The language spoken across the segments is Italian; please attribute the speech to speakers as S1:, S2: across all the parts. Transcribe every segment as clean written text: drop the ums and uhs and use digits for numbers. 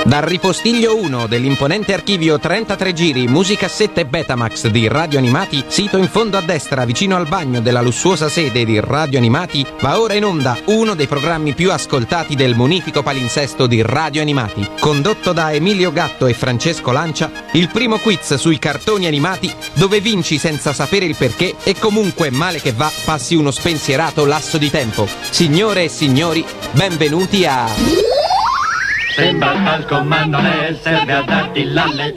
S1: Dal ripostiglio 1 dell'imponente archivio 33 giri, musicassette Betamax di Radio Animati, sito in fondo a destra vicino al bagno della lussuosa sede di Radio Animati, va ora in onda uno dei programmi più ascoltati del munifico palinsesto di Radio Animati. Condotto da Emilio Gatto e Francesco Lancia, il primo quiz sui cartoni animati dove vinci senza sapere il perché e comunque male che va passi uno spensierato lasso di tempo. Signore e signori, benvenuti a...
S2: Sembra talco ma non è, serve a darti l'alle.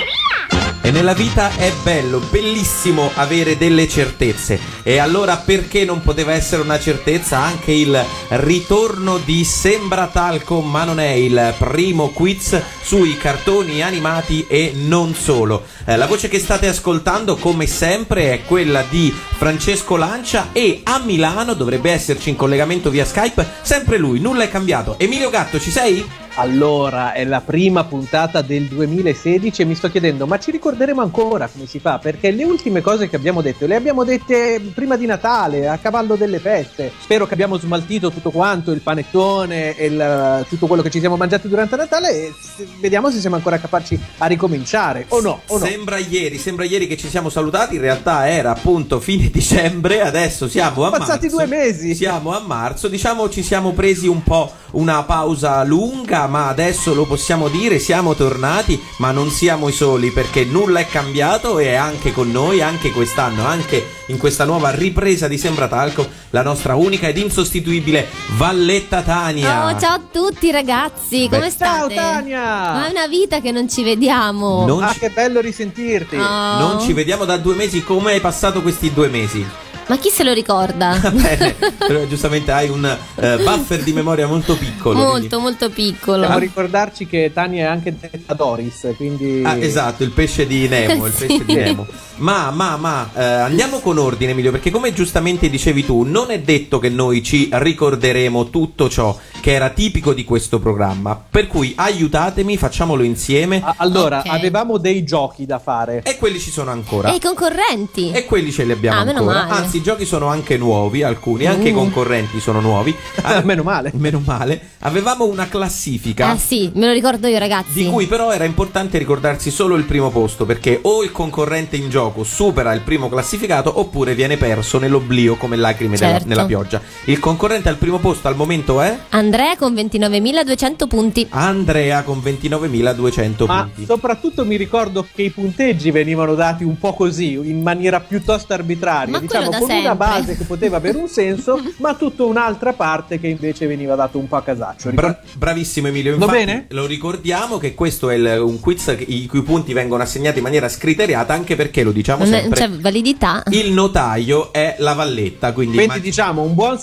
S3: E nella vita è bello, bellissimo avere delle certezze. E allora perché non poteva essere una certezza anche il ritorno di Sembra talco ma non è, il primo quiz sui cartoni animati e non solo. La voce che state ascoltando come sempre è quella di Francesco Lancia e a Milano dovrebbe esserci in collegamento via Skype sempre lui, nulla è cambiato. Emilio Gatto, ci sei?
S4: Allora, è la prima puntata del 2016 e mi sto chiedendo, ma ci ricorderemo ancora come si fa? Perché le ultime cose che abbiamo detto, le abbiamo dette prima di Natale, a cavallo delle feste. Spero che abbiamo smaltito tutto quanto, il panettone e tutto quello che ci siamo mangiati durante Natale e vediamo se siamo ancora capaci a ricominciare, o no?
S3: Sembra ieri che ci siamo salutati, in realtà era appunto fine dicembre, adesso siamo a
S4: passati
S3: marzo.
S4: 2 mesi.
S3: Siamo a marzo, diciamo ci siamo presi un po' una pausa lunga, ma adesso lo possiamo dire, siamo tornati, ma non siamo i soli perché nulla è cambiato e anche con noi, anche quest'anno, anche in questa nuova ripresa di Sembra talco, la nostra unica ed insostituibile Valletta Tania.
S5: Oh, ciao a tutti ragazzi, come state?
S4: Ciao Tania!
S5: Ma è una vita che non ci vediamo.
S4: Che bello risentirti.
S3: Non ci vediamo da 2 mesi, come hai passato questi 2 mesi?
S5: Ma chi se lo ricorda?
S3: Bene, però giustamente hai un buffer di memoria molto piccolo.
S5: Molto piccolo.
S4: Dobbiamo ricordarci che Tania è anche detta Doris, quindi...
S3: Ah, esatto, il pesce di Nemo, il pesce di Nemo. Ma andiamo con ordine, Emilio, perché come giustamente dicevi tu, non è detto che noi ci ricorderemo tutto ciò che era tipico di questo programma, per cui aiutatemi, facciamolo insieme.
S4: Allora, avevamo dei giochi da fare.
S3: E quelli ci sono ancora.
S5: E i concorrenti?
S3: E quelli ce li abbiamo
S5: meno
S3: ancora.
S5: male.
S3: Anzi, i giochi sono anche nuovi, alcuni, anche i concorrenti sono nuovi.
S4: Meno male.
S3: Meno male. Avevamo una classifica.
S5: Ah sì, me lo ricordo io ragazzi.
S3: Di cui però era importante ricordarsi solo il primo posto, perché o il concorrente in gioco supera il primo classificato oppure viene perso nell'oblio come lacrime nella pioggia. Il concorrente al primo posto al momento è?
S5: Andrea con 29.200 punti.
S3: Andrea con 29.200
S4: Ma
S3: punti.
S4: soprattutto mi ricordo che i punteggi venivano dati un po' così, in maniera piuttosto arbitraria,
S5: Ma
S4: diciamo con
S5: sempre.
S4: una base che poteva avere un senso, ma tutta un'altra parte che invece veniva dato un po' a casaccio.
S3: Bravissimo Emilio,
S4: Va
S3: infatti
S4: bene?
S3: lo ricordiamo che questo è un quiz i cui punti vengono assegnati in maniera scriteriata, anche perché lo diciamo sempre.
S5: Non c'è validità.
S3: Il notaio è la Valletta, quindi
S4: diciamo un buon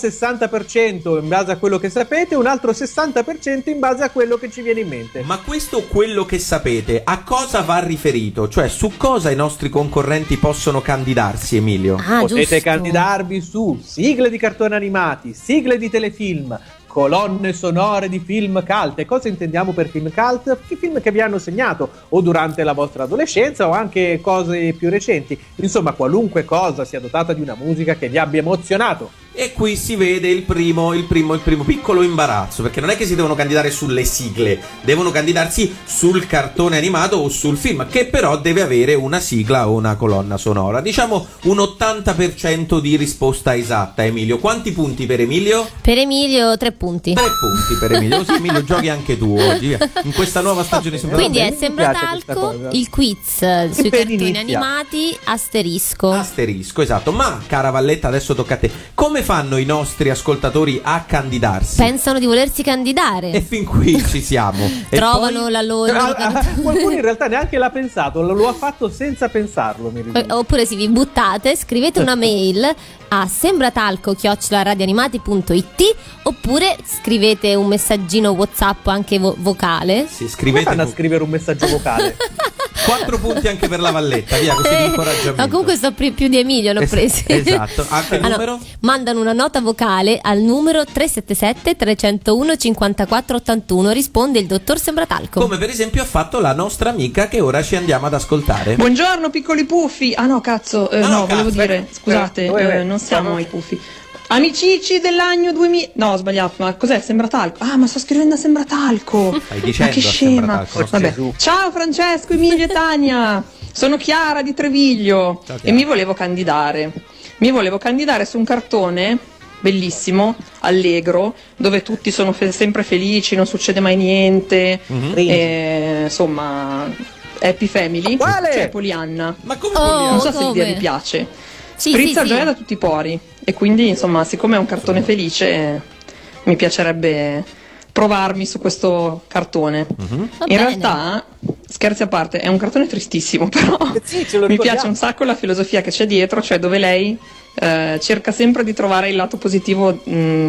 S4: 60% in base a quello che sapete, un altro 60% in base a quello che ci viene in mente.
S3: Ma questo quello che sapete, a cosa va riferito? Cioè su cosa i nostri concorrenti possono candidarsi, Emilio?
S4: Potete
S5: giusto.
S4: candidarvi su sigle di cartoni animati, sigle di telefilm, colonne sonore di film cult. E cosa intendiamo per film cult? Che film che vi hanno segnato o durante la vostra adolescenza o anche cose più recenti. Insomma, qualunque cosa sia dotata di una musica che vi abbia emozionato.
S3: E qui si vede il primo piccolo imbarazzo, perché non è che si devono candidare sulle sigle, devono candidarsi sul cartone animato o sul film, che però deve avere una sigla o una colonna sonora. Diciamo un 80% di risposta esatta, Emilio. Quanti punti per Emilio?
S5: Per Emilio 3 punti.
S3: 3 punti per Emilio, così Emilio giochi anche tu oggi, in questa nuova stagione.
S5: Quindi è
S4: mi
S5: Sembra
S4: piace questa
S5: talco,
S4: cosa.
S5: il quiz sui
S4: ben
S5: cartoni
S4: inizia.
S5: animati asterisco.
S3: Asterisco, esatto. Ma cara Valletta, adesso tocca a te. Come fanno i nostri ascoltatori a candidarsi?
S5: Pensano di volersi candidare.
S3: E fin qui ci siamo. E
S5: Trovano
S3: poi...
S5: la loro.
S4: Qualcuno in realtà neanche l'ha pensato, lo ha fatto senza pensarlo, mi risulta.
S5: Oppure se vi buttate, scrivete una mail a sembratalco@radioanimati.it oppure scrivete un messaggino WhatsApp anche vocale.
S3: Sì,
S4: Come
S3: scrivete
S4: fanno a scrivere un messaggio vocale?
S3: 4 punti anche per la Valletta, via, così di incoraggiamento.
S5: Ma comunque sto più di Emilio, l'ho presi.
S3: Esatto, anche il
S5: Allora,
S3: numero?
S5: mandano una nota vocale al numero 377 301 5481. Risponde il dottor Sembratalco.
S3: Come per esempio ha fatto la nostra amica che ora ci andiamo ad ascoltare.
S6: Buongiorno piccoli puffi. Ah no, cazzo,
S3: no,
S6: volevo
S3: cazzo,
S6: dire, scusate, non siamo ai puffi. Amicici dell'anno 2000. No, ho sbagliato, ma cos'è? Sembratalco. Ah, ma sto scrivendo a Sembratalco.
S3: Stai dicendo
S6: ma che scema. Vabbè.
S3: Gesù.
S6: Ciao Francesco, Emilio e Tania. Sono Chiara di Treviglio.
S3: Ciao, Chiara.
S6: E mi volevo candidare. Mi volevo candidare su un cartone bellissimo, allegro, dove tutti sono sempre felici, non succede mai niente. Insomma, Happy Family.
S4: Quale?
S6: Cioè Pollyanna.
S3: Ma come
S6: Non so se
S5: come?
S6: l'idea vi piace.
S5: Sì,
S6: Sprizza
S5: sì,
S6: gioia
S5: sì.
S6: da tutti i pori. E quindi, insomma, siccome è un cartone felice, mi piacerebbe provarmi su questo cartone.
S5: Va
S6: In
S5: bene.
S6: realtà, scherzi a parte, è un cartone tristissimo, però
S4: Sì, ce lo
S6: mi
S4: ricordiamo.
S6: piace un sacco la filosofia che c'è dietro, cioè dove lei cerca sempre di trovare il lato positivo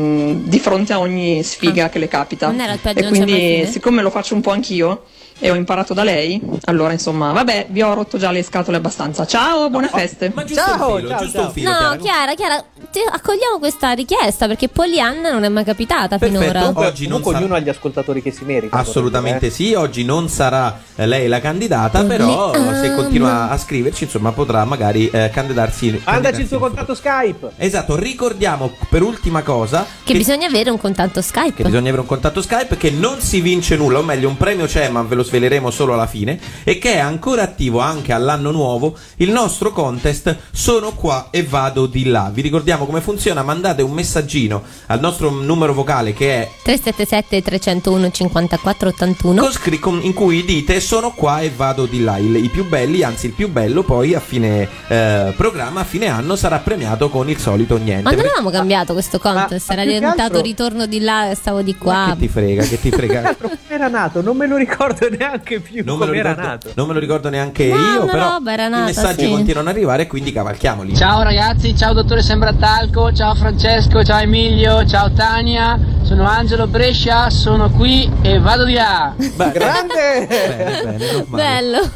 S6: di fronte a ogni sfiga che le capita.
S5: Non era il peggio,
S6: E
S5: non c'è mai
S6: quindi,
S5: fine?
S6: siccome lo faccio un po' anch'io e ho imparato da lei, allora insomma, vabbè, vi ho rotto già le scatole abbastanza. Ciao, buone feste.
S3: Ma giusto
S4: Ciao,
S3: un filo,
S4: ciao,
S3: giusto
S4: ciao.
S3: un filo.
S5: No, Chiara, accogliamo questa richiesta perché Pollyanna non è mai capitata
S3: Perfetto.
S5: finora.
S3: Oggi non
S4: Comunque
S3: sa-
S4: ognuno ha gli ascoltatori che si merita.
S3: Assolutamente sì, oggi non sarà lei la candidata, però se continua a scriverci, insomma, potrà magari candidarsi.
S4: Mandaci il suo contatto Skype.
S3: Esatto, ricordiamo per ultima cosa
S5: Che bisogna avere un contatto Skype.
S3: che bisogna avere un contatto Skype, che non si vince nulla, o meglio un premio c'è ma ve lo sveleremo solo alla fine, e che è ancora attivo anche all'anno nuovo il nostro contest Sono qua e vado di là. Vi ricordiamo come funziona: mandate un messaggino al nostro numero vocale che è
S5: 377 301 54 81.
S3: in cui dite sono qua e vado di là. I più belli, anzi il più bello, poi a fine programma, a fine anno, sarà premiato con il solito niente.
S5: Ma non avevamo cambiato questo contest,
S4: ma
S5: era
S4: più che
S5: diventato
S4: altro-
S5: ritorno di là e stavo di
S3: Ma
S5: qua.
S3: che ti frega, che ti frega.
S4: Come era nato? Non me lo ricordo neanche più
S3: Non me, lo
S4: come era
S3: ricordo,
S4: nato.
S3: non me lo ricordo neanche
S5: No,
S3: io,
S5: una
S3: però
S5: roba era
S3: i
S5: nata,
S3: messaggi
S5: sì.
S3: continuano ad arrivare e quindi cavalchiamoli.
S7: Ciao ragazzi, ciao dottore Sembratalco, ciao Francesco, ciao Emilio, ciao Tania, sono Angelo Brescia, sono qui e vado di là.
S4: Grande!
S3: Bene, non male.
S5: Bello.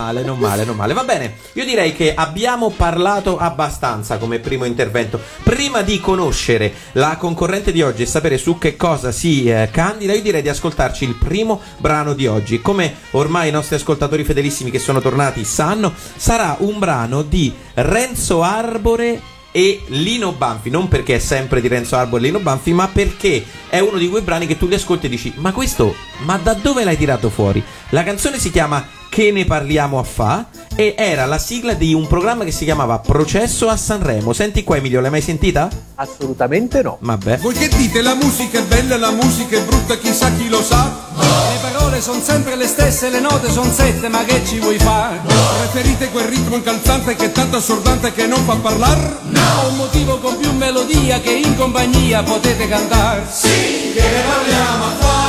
S3: Non male. Va bene, io direi che abbiamo parlato abbastanza come primo intervento. Prima di conoscere la concorrente di oggi e sapere su che cosa si candida, io direi di ascoltarci il primo brano di oggi. Come ormai i nostri ascoltatori fedelissimi che sono tornati sanno, sarà un brano di Renzo Arbore e Lino Banfi, non perché è sempre di Renzo Arbore e Lino Banfi, ma perché è uno di quei brani che tu li ascolti e dici: ma questo, ma da dove l'hai tirato fuori? La canzone si chiama Che ne parliamo a fa e era la sigla di un programma che si chiamava Processo a Sanremo. Senti qua Emilio, l'hai mai sentita?
S4: Assolutamente no.
S3: Vabbè.
S8: Voi che dite? La musica è bella, la musica è brutta, chissà chi lo sa. Le parole sono sempre le stesse, le note sono 7, ma che ci vuoi fare? Preferite quel ritmo incalzante che è tanto assordante che non fa parlare? Ho un motivo con più melodia che in compagnia potete cantare. Sì, che ne parliamo a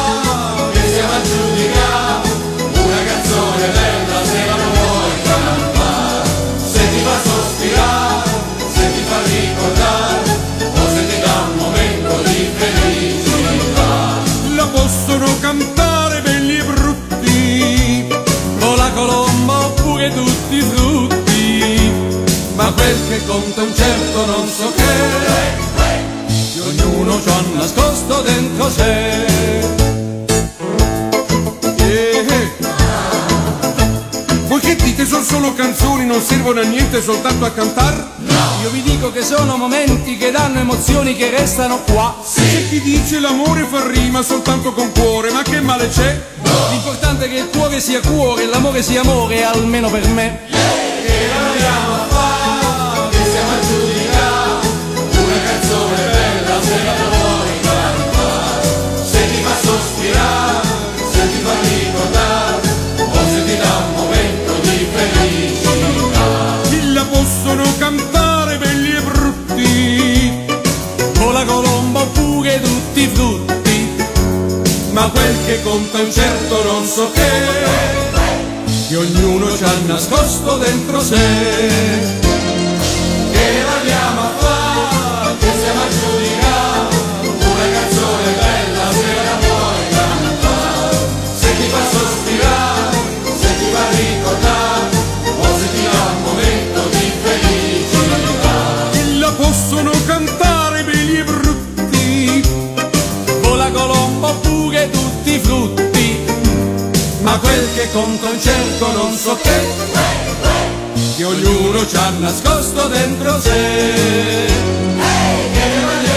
S8: fa, che siamo a giudicare. Una canzone bella se la vuoi cantare. Se ti fa sospirare, se ti fa ricordare, o se ti dà un momento di felicità. La possono cantare belli e brutti, con la colomba oppure tutti i frutti, ma quel che conta un certo non so che ognuno ci ha nascosto dentro sé. Voi che dite? Sono solo canzoni, non servono a niente, soltanto a cantare? Io vi dico che sono momenti che danno emozioni che restano qua. C'è chi dice l'amore fa rima soltanto con cuore, ma che male c'è? L'importante è che il cuore sia cuore e l'amore sia amore, almeno per me. Che parliamo a fa, che siamo a giudicare, una canzone bella se la vuoi cantare. Se ti fa sospirare, se ti fa ricordare, o se ti dà un momento di felicità. La possono cantare belli e brutti, con la colomba oppure tutti i frutti, ma quel che conta un certo non so che ognuno ci ha nascosto dentro sé. Che ne parliamo a fa, che siamo a giudicare, una canzone bella se la vuoi cantare. Se ti fa sospirare, se ti fa ricordare, o se ti dà un momento di felicità. La possono cantare belli e brutti, con la colomba oppure tutti i frutti, ma quel che conta un certo non so che ognuno ci ha nascosto dentro sé. Che ne parliamo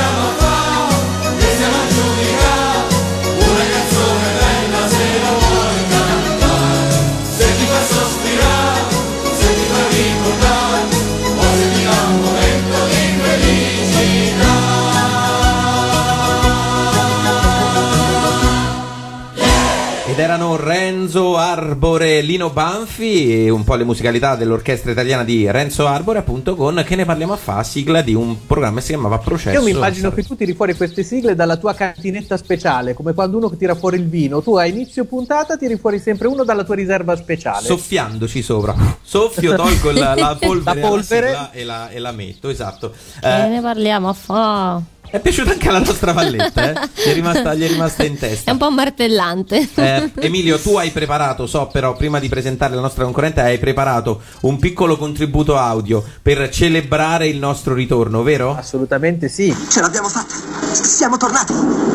S3: erano Renzo Arbore, Lino Banfi e un po' le musicalità dell'orchestra italiana di Renzo Arbore, appunto, con Che ne parliamo a fa, sigla di un programma che si chiamava Processo.
S4: Io mi immagino che tu tiri fuori queste sigle dalla tua cantinetta speciale, come quando uno tira fuori il vino, tu a inizio puntata tiri fuori sempre uno dalla tua riserva speciale.
S3: Soffiandoci sopra. Soffio, tolgo la polvere e la metto, esatto.
S5: Che ne parliamo a fa?
S3: È piaciuta anche la nostra Valletta, Gli è rimasta in testa.
S5: È un po' martellante.
S3: Emilio, tu hai preparato, però prima di presentare la nostra concorrente hai preparato un piccolo contributo audio per celebrare il nostro ritorno, vero?
S4: Assolutamente sì.
S9: Ce l'abbiamo fatta. Siamo tornati.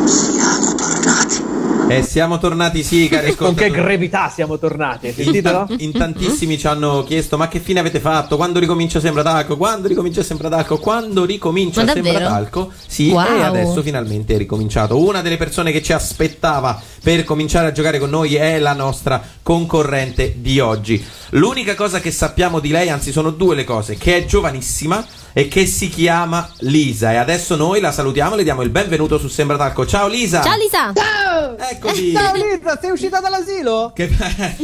S3: Siamo tornati, sì, cari
S4: Con che
S3: ascoltatori.
S4: gravità siamo tornati, hai sentito?
S3: In tantissimi ci hanno chiesto: ma che fine avete fatto? Quando ricomincia Sembra Talco? Quando ricomincia Sembra Talco? Quando ricomincia
S5: Ma
S3: Sembra
S5: davvero?
S3: Talco? Sì,
S5: Wow.
S3: e adesso finalmente è ricominciato. Una delle persone che ci aspettava per cominciare a giocare con noi è la nostra concorrente di oggi. L'unica cosa che sappiamo di lei, anzi sono due le cose: che è giovanissima e che si chiama Lisa. E adesso noi la salutiamo e le diamo il benvenuto su Sembra Talco. Ciao Lisa!
S5: Ciao Lisa!
S10: Ciao!
S3: Eccoci!
S4: Ciao Lisa, sei uscita dall'asilo?
S3: Che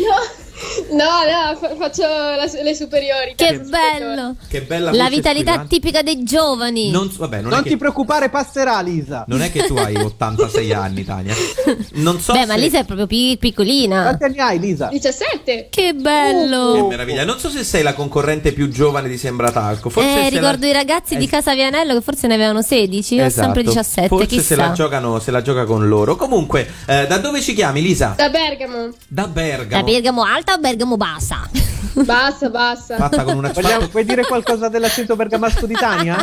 S10: No, faccio le superiori.
S5: Che bello!
S3: Che bella
S5: La
S3: voce
S5: vitalità
S3: squillante.
S5: tipica dei giovani.
S3: Non
S4: Non ti preoccupare, passerà Lisa.
S3: Non è che tu hai 86 anni, Tania. Non so
S5: Beh,
S3: se...
S5: ma Lisa è proprio piccolina.
S4: Quanti anni hai, Lisa?
S10: 17.
S5: Che bello!
S3: Che meraviglia. Non so se sei la concorrente più giovane di Sembra Talco. Forse se
S5: ricordo i ragazzi di Casa Vianello che forse ne avevano 16 o
S3: Esatto.
S5: sempre 17,
S3: Forse
S5: chissà.
S3: se la gioca con loro. Comunque, da dove ci chiami, Lisa?
S10: Da Bergamo.
S3: Da Bergamo.
S5: Da Bergamo alta o Bergamo bassa?
S10: Basta.
S3: Fatta con una
S4: Puoi dire qualcosa dell'accento bergamasco di Tania?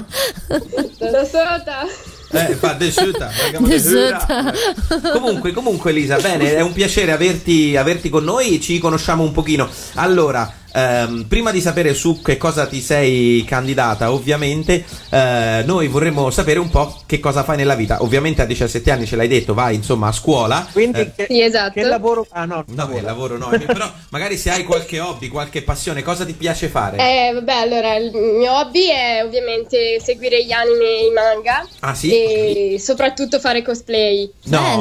S10: Da sota.
S3: fa desciuta.
S5: Desciuta.
S3: Comunque Lisa, bene, è un piacere averti con noi. Ci conosciamo un pochino. Allora, prima di sapere su che cosa ti sei candidata, ovviamente, noi vorremmo sapere un po' che cosa fai nella vita. Ovviamente a 17 anni ce l'hai detto, vai insomma a scuola.
S4: Quindi
S10: Sì, esatto.
S4: che lavoro? Ah no,
S3: No, che lavoro no, però magari se hai qualche hobby, qualche passione, cosa ti piace fare?
S10: Vabbè, allora, il mio hobby è ovviamente seguire gli anime e i manga.
S3: Ah, sì?
S10: E soprattutto fare cosplay.
S3: No.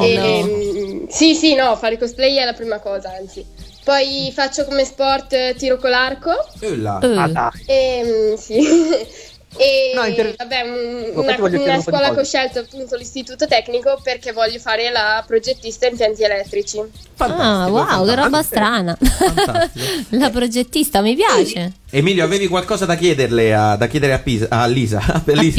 S10: Sì, no, fare cosplay è la prima cosa, anzi. Poi faccio come sport tiro con l'arco.
S3: Là.
S4: Ah, dai.
S10: Sì. E
S4: No,
S10: vabbè,
S4: Infatti voglio chiedere
S10: una
S4: un po' di
S10: scuola che ho
S4: cose.
S10: scelto appunto l'istituto tecnico perché voglio fare la progettista impianti elettrici.
S5: Ah, wow, che roba strana.
S3: Fantastico.
S5: La progettista mi piace.
S3: Emilio, avevi qualcosa da chiedere a Lisa?
S5: A Pisa.
S4: A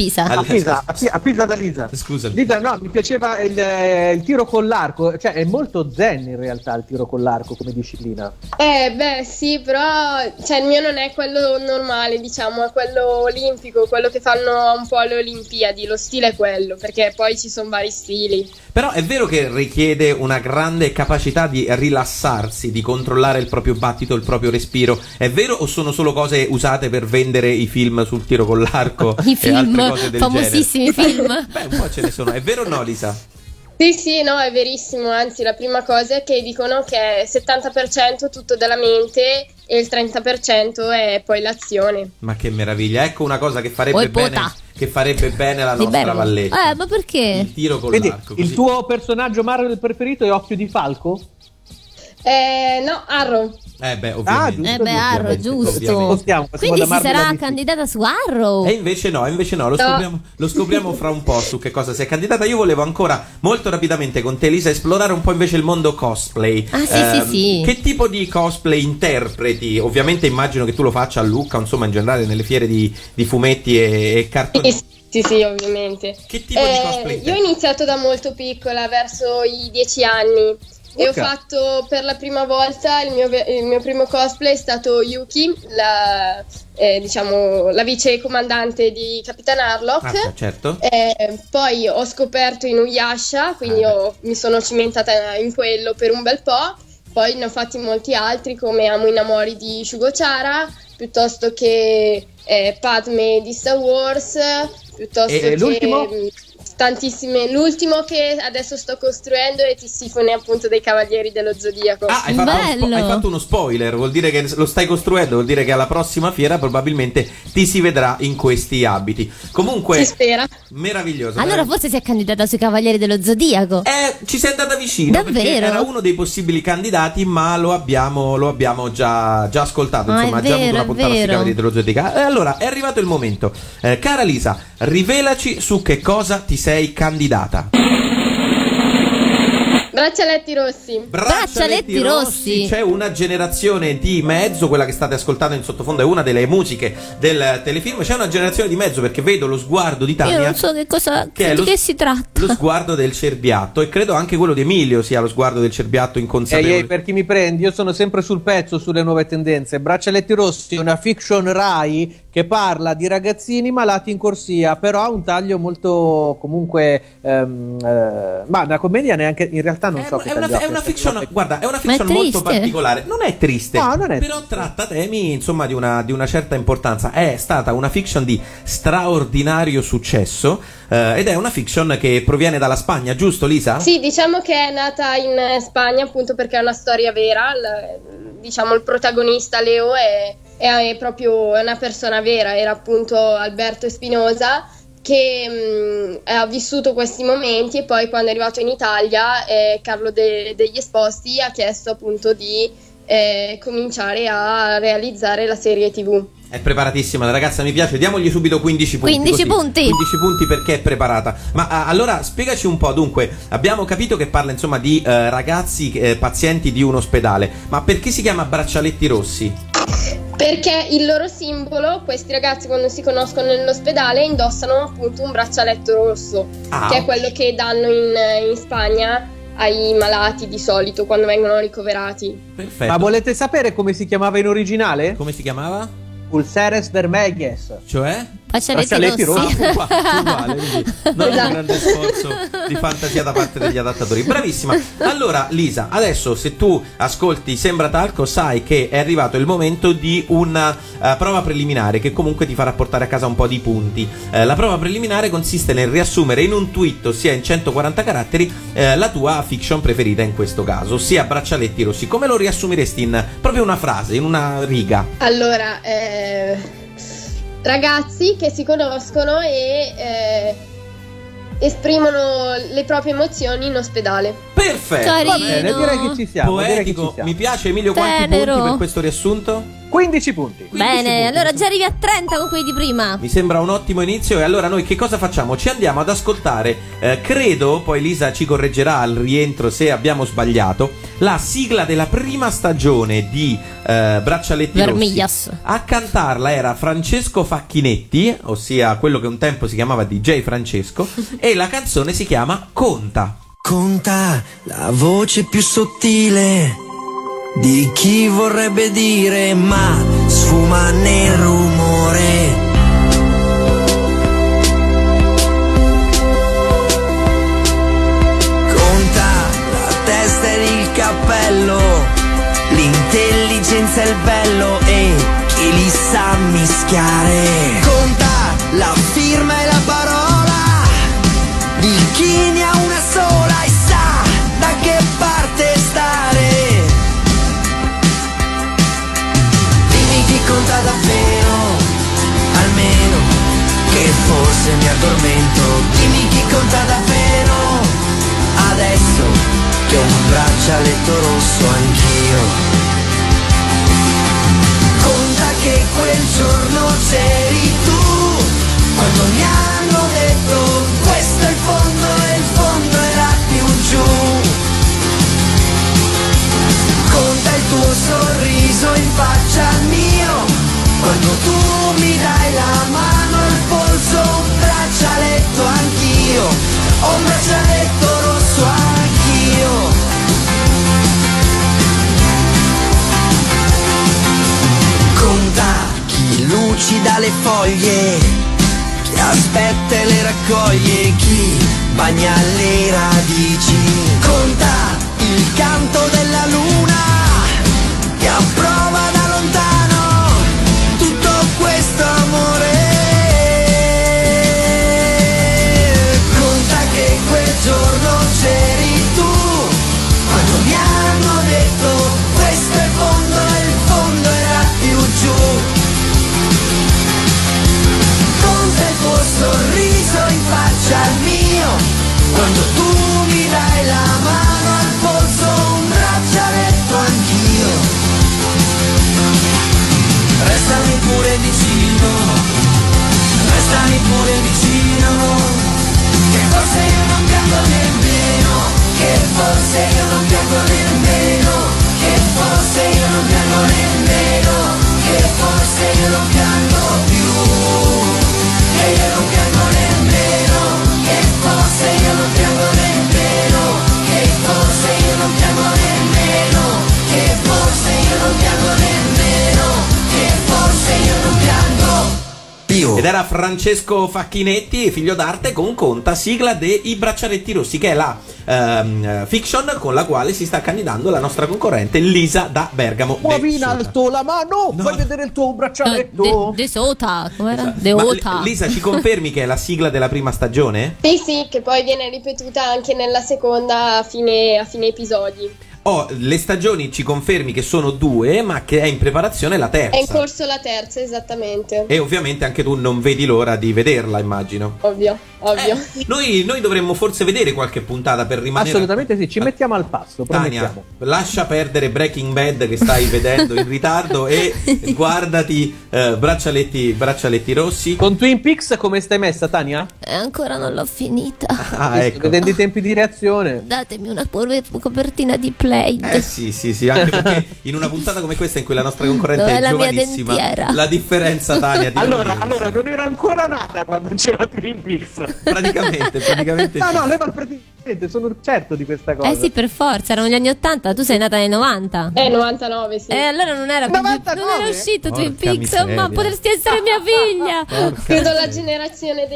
S4: Pisa da Lisa.
S3: Scusami.
S4: Lisa, no, mi piaceva il tiro con l'arco, cioè è molto zen in realtà il tiro con l'arco come disciplina.
S10: Beh, sì, però cioè, il mio non è quello normale, diciamo, è quello olimpico, quello che fanno un po' alle Olimpiadi. Lo stile è quello, perché poi ci sono vari stili.
S3: Però è vero che richiede una grande capacità di rilassarsi, di controllare il proprio battito, il proprio respiro. È vero o sono solo cose usate per vendere i film sul tiro con l'arco
S5: I
S3: e
S5: film,
S3: altre cose del
S5: famosissimi
S3: genere?
S5: film.
S3: Beh, un po' ce ne sono. È vero o no, Lisa?
S10: Sì, no, è verissimo, anzi la prima cosa è che dicono che è 70% tutto della mente e il 30% è poi l'azione.
S3: Ma che meraviglia. Ecco una cosa che farebbe
S5: Poi
S3: bene,
S5: pota.
S3: che farebbe bene la nostra Valletta.
S5: Ma perché?
S3: Il tiro con
S4: Quindi
S3: l'arco.
S4: il
S3: così.
S4: tuo personaggio Marvel preferito è Occhio di Falco?
S10: No, Arrow.
S3: Ovviamente.
S5: Arrow, giusto.
S4: Passiamo
S5: Quindi
S4: da
S5: si
S4: Marvel
S5: sarà
S4: a DC.
S5: candidata su Arrow.
S3: E invece no, lo scopriamo fra un po' su che cosa si è candidata. Io volevo ancora molto rapidamente con te, Lisa, esplorare un po' invece il mondo cosplay.
S5: Ah, sì.
S3: Che tipo di cosplay interpreti? Ovviamente immagino che tu lo faccia a Lucca, insomma, in generale nelle fiere di fumetti e cartoni.
S10: Sì, ovviamente.
S3: Che tipo di cosplay?
S10: Io ho iniziato da molto piccola, verso i 10 anni. E ho fatto per la prima volta il mio primo cosplay è stato Yuki, la vice comandante di Capitan Harlock.
S3: Ah, certo.
S10: Poi ho scoperto Inuyasha, quindi mi sono cimentata in quello per un bel po'. Poi ne ho fatti molti altri come Amo Inamori di Shugo Chara, piuttosto che Padme di Star Wars, piuttosto che
S4: l'ultimo?
S10: tantissime. L'ultimo che adesso sto costruendo è Tisifone, appunto, dei Cavalieri dello Zodiaco.
S3: Hai fatto uno spoiler, vuol dire che lo stai costruendo, vuol dire che alla prossima fiera probabilmente ti si vedrà in questi abiti. Comunque,
S10: si spera.
S3: Meraviglioso.
S5: Allora forse si è candidata sui Cavalieri dello Zodiaco.
S3: Ci sei andata vicino.
S5: Davvero?
S3: Perché era uno dei possibili candidati, ma lo abbiamo già ascoltato. Insomma, ha già avuto una puntata sui Cavalieri dello Zodiaco. Allora, è arrivato il momento. Cara Lisa, rivelaci su che cosa ti sei candidata.
S10: Braccialetti rossi.
S5: Braccialetti rossi.
S3: C'è una generazione di mezzo, quella che state ascoltando in sottofondo è una delle musiche del telefilm. C'è una generazione di mezzo perché vedo lo sguardo di Tania.
S5: Io non so di che si tratta.
S3: Lo sguardo del cerbiatto, e credo anche quello di Emilio sia lo sguardo del cerbiatto inconsapevole.
S4: Per chi mi prendi, io sono sempre sul pezzo sulle nuove tendenze. Braccialetti rossi è una fiction Rai che parla di ragazzini malati in corsia, però ha un taglio molto comunque ma una commedia neanche in realtà non so che
S3: è una fiction, guarda, è una fiction molto particolare. Non è triste,
S4: no, non è
S3: però tratta temi, insomma, di una certa importanza. È stata una fiction di straordinario successo ed è una fiction che proviene dalla Spagna, giusto Lisa?
S10: Sì, diciamo che è nata in Spagna appunto perché è una storia vera. Diciamo il protagonista Leo è proprio una persona vera, era appunto Alberto Espinosa, che ha vissuto questi momenti, e poi quando è arrivato in Italia Carlo degli Esposti ha chiesto appunto di cominciare a realizzare la serie TV.
S3: È preparatissima la ragazza, mi piace. Diamogli subito 15 punti.
S5: 15 punti.
S3: 15 punti perché è preparata. Ma allora spiegaci un po'. Dunque, abbiamo capito che parla insomma di ragazzi pazienti di un ospedale. Ma perché si chiama Braccialetti Rossi?
S10: Perché il loro simbolo, questi ragazzi quando si conoscono nell'ospedale indossano appunto un braccialetto rosso, che è quello che danno in Spagna ai malati di solito quando vengono ricoverati.
S3: Perfetto.
S4: Ma volete sapere come si chiamava in originale?
S3: Come si chiamava?
S4: Pulseres vermelhes.
S3: Cioè?
S5: Braccialetti rossi.
S3: Uguale, non un grande sforzo di fantasia da parte degli adattatori. Bravissima. Allora Lisa, adesso se tu ascolti Sembra Talco sai che è arrivato il momento di una prova preliminare che comunque ti farà portare a casa un po' di punti. La prova preliminare consiste nel riassumere in un tweet, ossia in 140 caratteri, la tua fiction preferita in questo caso, ossia Braccialetti Rossi. Come lo riassumeresti in proprio una frase, in una riga?
S10: Allora, ragazzi che si conoscono e esprimono le proprie emozioni in ospedale.
S3: Perfetto.
S5: Carino.
S4: Va bene, direi che ci siamo.
S3: Poetico, mi piace. Emilio, quanti
S5: Tenero.
S3: punti per questo riassunto?
S4: 15 punti.
S3: 15
S5: Bene,
S3: punti.
S5: allora già arrivi a 30 con quelli di prima.
S3: Mi sembra un ottimo inizio. E allora noi che cosa facciamo? Ci andiamo ad ascoltare, credo, poi Lisa ci correggerà al rientro se abbiamo sbagliato, la sigla della prima stagione di Braccialetti
S5: Vermiglias.
S3: Rossi. A cantarla era Francesco Facchinetti, ossia quello che un tempo si chiamava DJ Francesco, e la canzone si chiama Conta.
S11: Conta la voce più sottile di chi vorrebbe dire, ma sfuma nel rumore. Conta la testa ed il cappello, l'intelligenza e il bello e chi li sa mischiare. Conta la firma e la parola di chi ne ha una sola e sa da che parte stare. Dimmi chi conta davvero, almeno che forse mi addormento. Dimmi chi conta davvero, adesso che ho un braccialetto rosso anch'io. Conta che quel giorno c'eri tu, quando mi hanno detto questo è il fondo e il fondo era più giù. Conta il tuo sorriso in faccia al mio, quando tu mi dai la mano al polso. Un braccialetto anch'io, ho un braccialetto rosso anch'io. Conta chi lucida le foglie, chi aspetta e le raccoglie, chi bagna le radici. Conta il canto della luna che approva da lontano tutto questo amore. Conta piango nemmeno, che forse io non piango nemmeno, che forse io non piango nemmeno, che forse io non piango più, che io non piango nemmeno, che forse io non piango nemmeno, che forse io non piango nemmeno, che forse io non piango nemmeno, che forse io non piango più.
S3: Ed era Francesco Facchinetti, figlio d'arte, con Conta, sigla dei Braccialetti Rossi, che è la fiction con la quale si sta candidando la nostra concorrente Lisa da Bergamo.
S4: Muovi in alto la mano, fai vedere il tuo braccialetto.
S5: De Sota, com'era?
S3: Esatto.
S5: De
S3: Ma
S5: Ota.
S3: Lisa, ci confermi che è la sigla della prima stagione?
S10: Sì, che poi viene ripetuta anche nella seconda a fine episodi.
S3: Le stagioni ci confermi che sono 2, ma che è in preparazione la terza.
S10: È in corso la terza, esattamente.
S3: E ovviamente anche tu non vedi l'ora di vederla, immagino.
S10: Ovvio.
S3: Noi dovremmo forse vedere qualche puntata per rimanere.
S4: Assolutamente sì, ci mettiamo al passo.
S3: Tania,
S4: promettiamo.
S3: lascia perdere Breaking Bad che stai vedendo in ritardo e guardati braccialetti rossi.
S4: Con Twin Peaks come stai messa, Tania?
S5: Ancora non l'ho finita.
S3: Ecco.
S4: Vedendo i tempi di reazione.
S5: Datemi una copertina di Plaid.
S3: Sì, anche perché in una puntata come questa in cui la nostra concorrente
S5: Dov'è
S3: è
S5: la mia
S3: giovanissima,
S5: dentiera?
S3: la differenza, Tania,
S4: allora non era ancora nata quando c'era Twin Peaks.
S3: praticamente
S4: No, lei va praticamente, sono certo di questa cosa.
S5: Sì, per forza, erano gli anni 80, tu sei nata nel 90.
S10: 99, sì.
S5: Allora non era
S4: 99?
S5: non era uscito
S3: Porca
S5: Twin Peaks,
S3: miseria.
S5: ma potresti essere mia figlia.
S10: Credo la generazione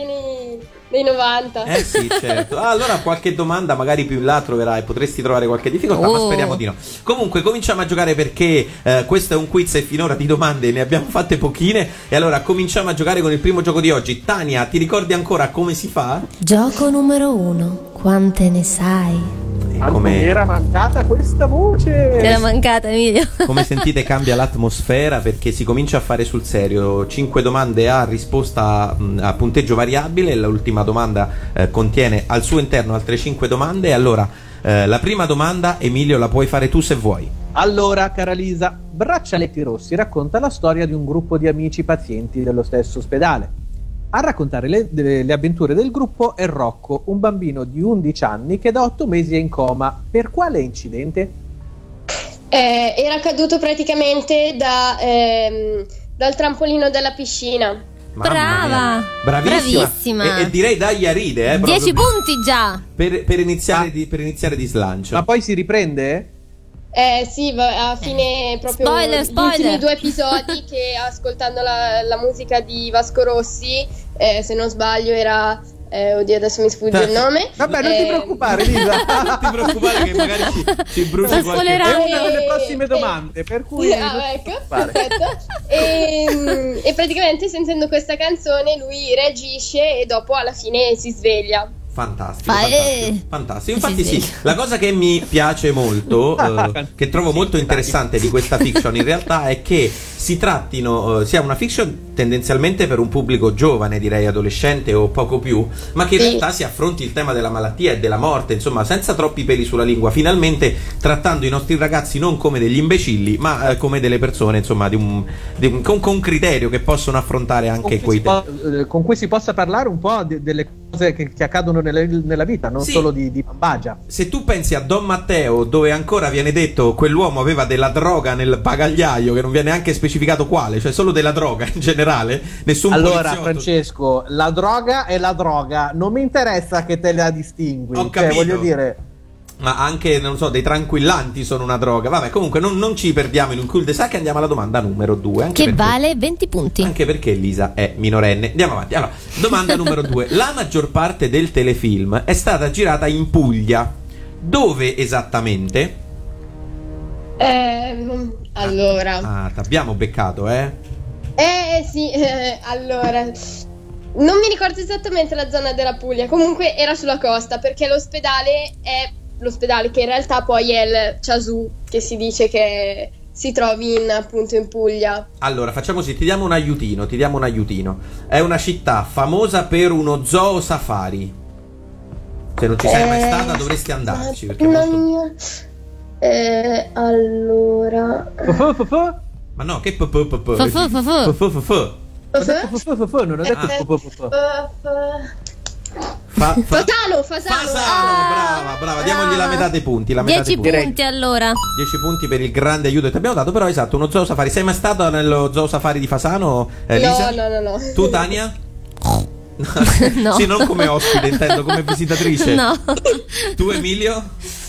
S10: dei 90.
S3: Sì, certo. Allora qualche domanda magari più in là troverai, potresti trovare qualche difficoltà, ma speriamo di no. Comunque cominciamo a giocare perché questo è un quiz e finora di domande ne abbiamo fatte pochine. E allora cominciamo a giocare con il primo gioco di oggi. Tania, ti ricordi ancora come si fa?
S5: Gioco numero 1. Quante ne sai?
S4: Mi era mancata questa voce.
S5: Era mancata, Emilio.
S3: Come sentite cambia l'atmosfera perché si comincia a fare sul serio. 5 domande a risposta a punteggio variabile. L'ultima domanda contiene al suo interno altre 5 domande. Allora la prima domanda, Emilio, la puoi fare tu se vuoi.
S4: Allora, cara Lisa, Braccialetti Rossi racconta la storia di un gruppo di amici pazienti dello stesso ospedale. A raccontare le avventure del gruppo è Rocco, un bambino di 11 anni che da 8 mesi è in coma. Per quale incidente?
S10: Era caduto praticamente dal trampolino della piscina.
S5: Brava! Bravissima!
S3: E direi dai a ride,
S5: 10 punti già!
S3: Per iniziare di slancio.
S4: Ma poi si riprende?
S10: Sì, a fine proprio
S5: Spoiler.
S10: gli ultimi 2 episodi che ascoltando la musica di Vasco Rossi, se non sbaglio era oddio adesso mi sfugge il nome.
S4: Vabbè, non ti preoccupare, Lisa.
S3: Non ti preoccupare che magari ci bruci qualche.
S4: È una delle prossime domande, per cui
S10: ecco, perfetto. E praticamente sentendo questa canzone lui reagisce e dopo alla fine si sveglia.
S3: Fantastico. Infatti sì, la cosa che mi piace molto, che trovo molto interessante di questa fiction in realtà è che si trattino, sia una fiction tendenzialmente per un pubblico giovane, direi adolescente o poco più, ma che in realtà si affronti il tema della malattia e della morte, insomma, senza troppi peli sulla lingua, finalmente trattando i nostri ragazzi non come degli imbecilli, ma come delle persone, insomma, con criterio che possono affrontare anche quei temi.
S4: Con cui si possa parlare un po' delle cose che accadono nella vita, non solo di bambagia.
S3: Se tu pensi a Don Matteo, dove ancora viene detto quell'uomo aveva della droga nel bagagliaio, che non viene neanche specificato quale, cioè solo della droga in generale, nessun
S4: allora
S3: poliziotto.
S4: Francesco, la droga è la droga, non mi interessa che te la distingui.
S3: Ho capito.
S4: Voglio dire,
S3: ma anche, non so, dei tranquillanti sono una droga. Vabbè, comunque non ci perdiamo in un cul-de-sac, andiamo alla domanda numero 2.
S5: Che vale 20 punti.
S3: Anche perché Lisa è minorenne. Andiamo avanti. Allora, domanda numero 2. La maggior parte del telefilm è stata girata in Puglia. Dove esattamente?
S10: Allora.
S3: T'abbiamo beccato,
S10: Sì, allora. Non mi ricordo esattamente la zona della Puglia. Comunque era sulla costa, perché l'ospedale è l'ospedale che in realtà poi è il Ciasù, che si dice che si trovi appunto in Puglia.
S3: Allora, facciamo così, ti diamo un aiutino. È una città famosa per uno zoo safari. Se non ci sei mai stata dovresti andarci, perché
S10: allora.
S3: Ma no, che
S4: non ho detto
S10: Fasano.
S3: Brava, diamogli la metà dei punti.
S5: 10 punti allora.
S3: 10 punti per il grande aiuto che ti abbiamo dato, però esatto, uno zoo safari. Sei mai stato nello zoo safari di Fasano, Lisa?
S10: No.
S3: Tu, Tania?
S5: No.
S3: Sì, non come ospite, intendo come visitatrice.
S5: No.
S3: Tu, Emilio?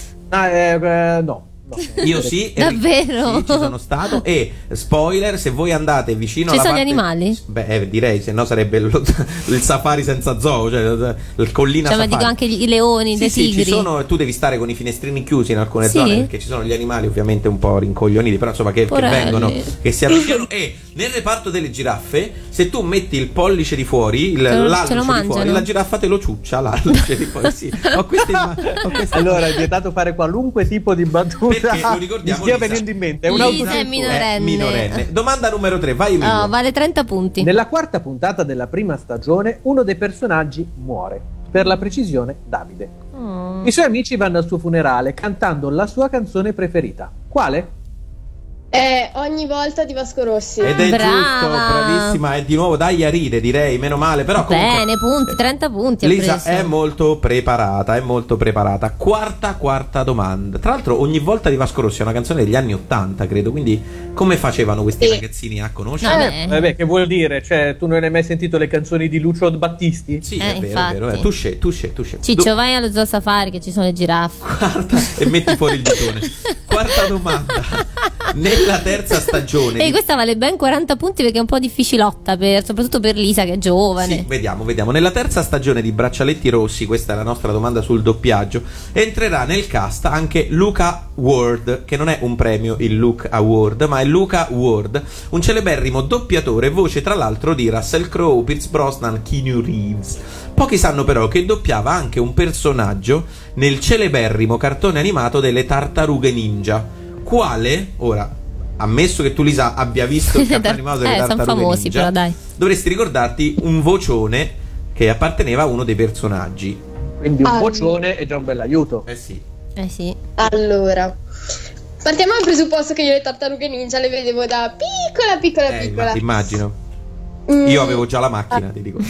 S4: No.
S3: Io sì.
S5: Davvero?
S3: Sì, ci sono stato. E spoiler, se voi andate vicino
S5: ci
S3: alla
S5: sono
S3: parte...
S5: gli animali?
S3: Beh, direi, se no sarebbe il safari senza zoo, cioè il collina
S5: cioè,
S3: safari.
S5: ma dico anche i leoni, dei tigri.
S3: Ci sono, tu devi stare con i finestrini chiusi in alcune
S5: Sì?
S3: zone, perché ci sono gli animali ovviamente un po' rincoglioniti, però insomma che vengono, che si avvicinano. E nel reparto delle giraffe, se tu metti il pollice di fuori, l'alluce di fuori, la giraffa te lo ciuccia l'alluce di fuori. Sì. Ho queste
S4: allora è vietato fare qualunque tipo di battuta.
S3: Perché lo ricordiamo,
S4: mi stia venendo in mente, è un
S5: Lisa è minorenne.
S3: Domanda numero 3, vai Emilio.
S5: Vale 30 punti.
S4: Nella quarta puntata della prima stagione uno dei personaggi muore, per la precisione Davide. I suoi amici vanno al suo funerale cantando la sua canzone preferita. Quale?
S10: Ogni volta di Vasco Rossi.
S3: Ed è
S5: Brava.
S3: giusto, bravissima. E di nuovo dai a ride, direi, meno male. Però comunque,
S5: bene, punti, 30 punti.
S3: Lisa è molto preparata, Quarta domanda. Tra l'altro ogni volta di Vasco Rossi è una canzone degli anni 80, credo. Quindi come facevano questi ragazzini a conoscere?
S4: Vabbè, che vuol dire? Cioè, tu non hai mai sentito le canzoni di Lucio Battisti?
S3: Sì, è vero. Tu scegli.
S5: Ciccio, vai allo zoo safari che ci sono le giraffe.
S3: Guarda, e metti fuori il ditone. Quarta domanda. Nella terza stagione.
S5: E questa vale ben 40 punti perché è un po' difficilotta, soprattutto per Lisa che è giovane.
S3: Sì, vediamo. Nella terza stagione di Braccialetti Rossi, questa è la nostra domanda sul doppiaggio, entrerà nel cast anche Luca Ward, che non è un premio il Luke Award, ma è Luca Ward, un celeberrimo doppiatore, voce tra l'altro di Russell Crowe, Pierce Brosnan, Keanu Reeves. Pochi sanno però che doppiava anche un personaggio nel celeberrimo cartone animato delle Tartarughe Ninja. Quale? Ora, ammesso che tu, Lisa, abbia visto il cartone animato delle Tartarughe
S5: sono famosi,
S3: Ninja,
S5: però dai.
S3: dovresti ricordarti un vocione che apparteneva a uno dei personaggi.
S4: Quindi un vocione è già un bell'aiuto.
S3: Sì.
S10: Allora, partiamo dal presupposto che io le Tartarughe Ninja le vedevo da piccola.
S3: Immagino. Io avevo già la macchina, ti dico.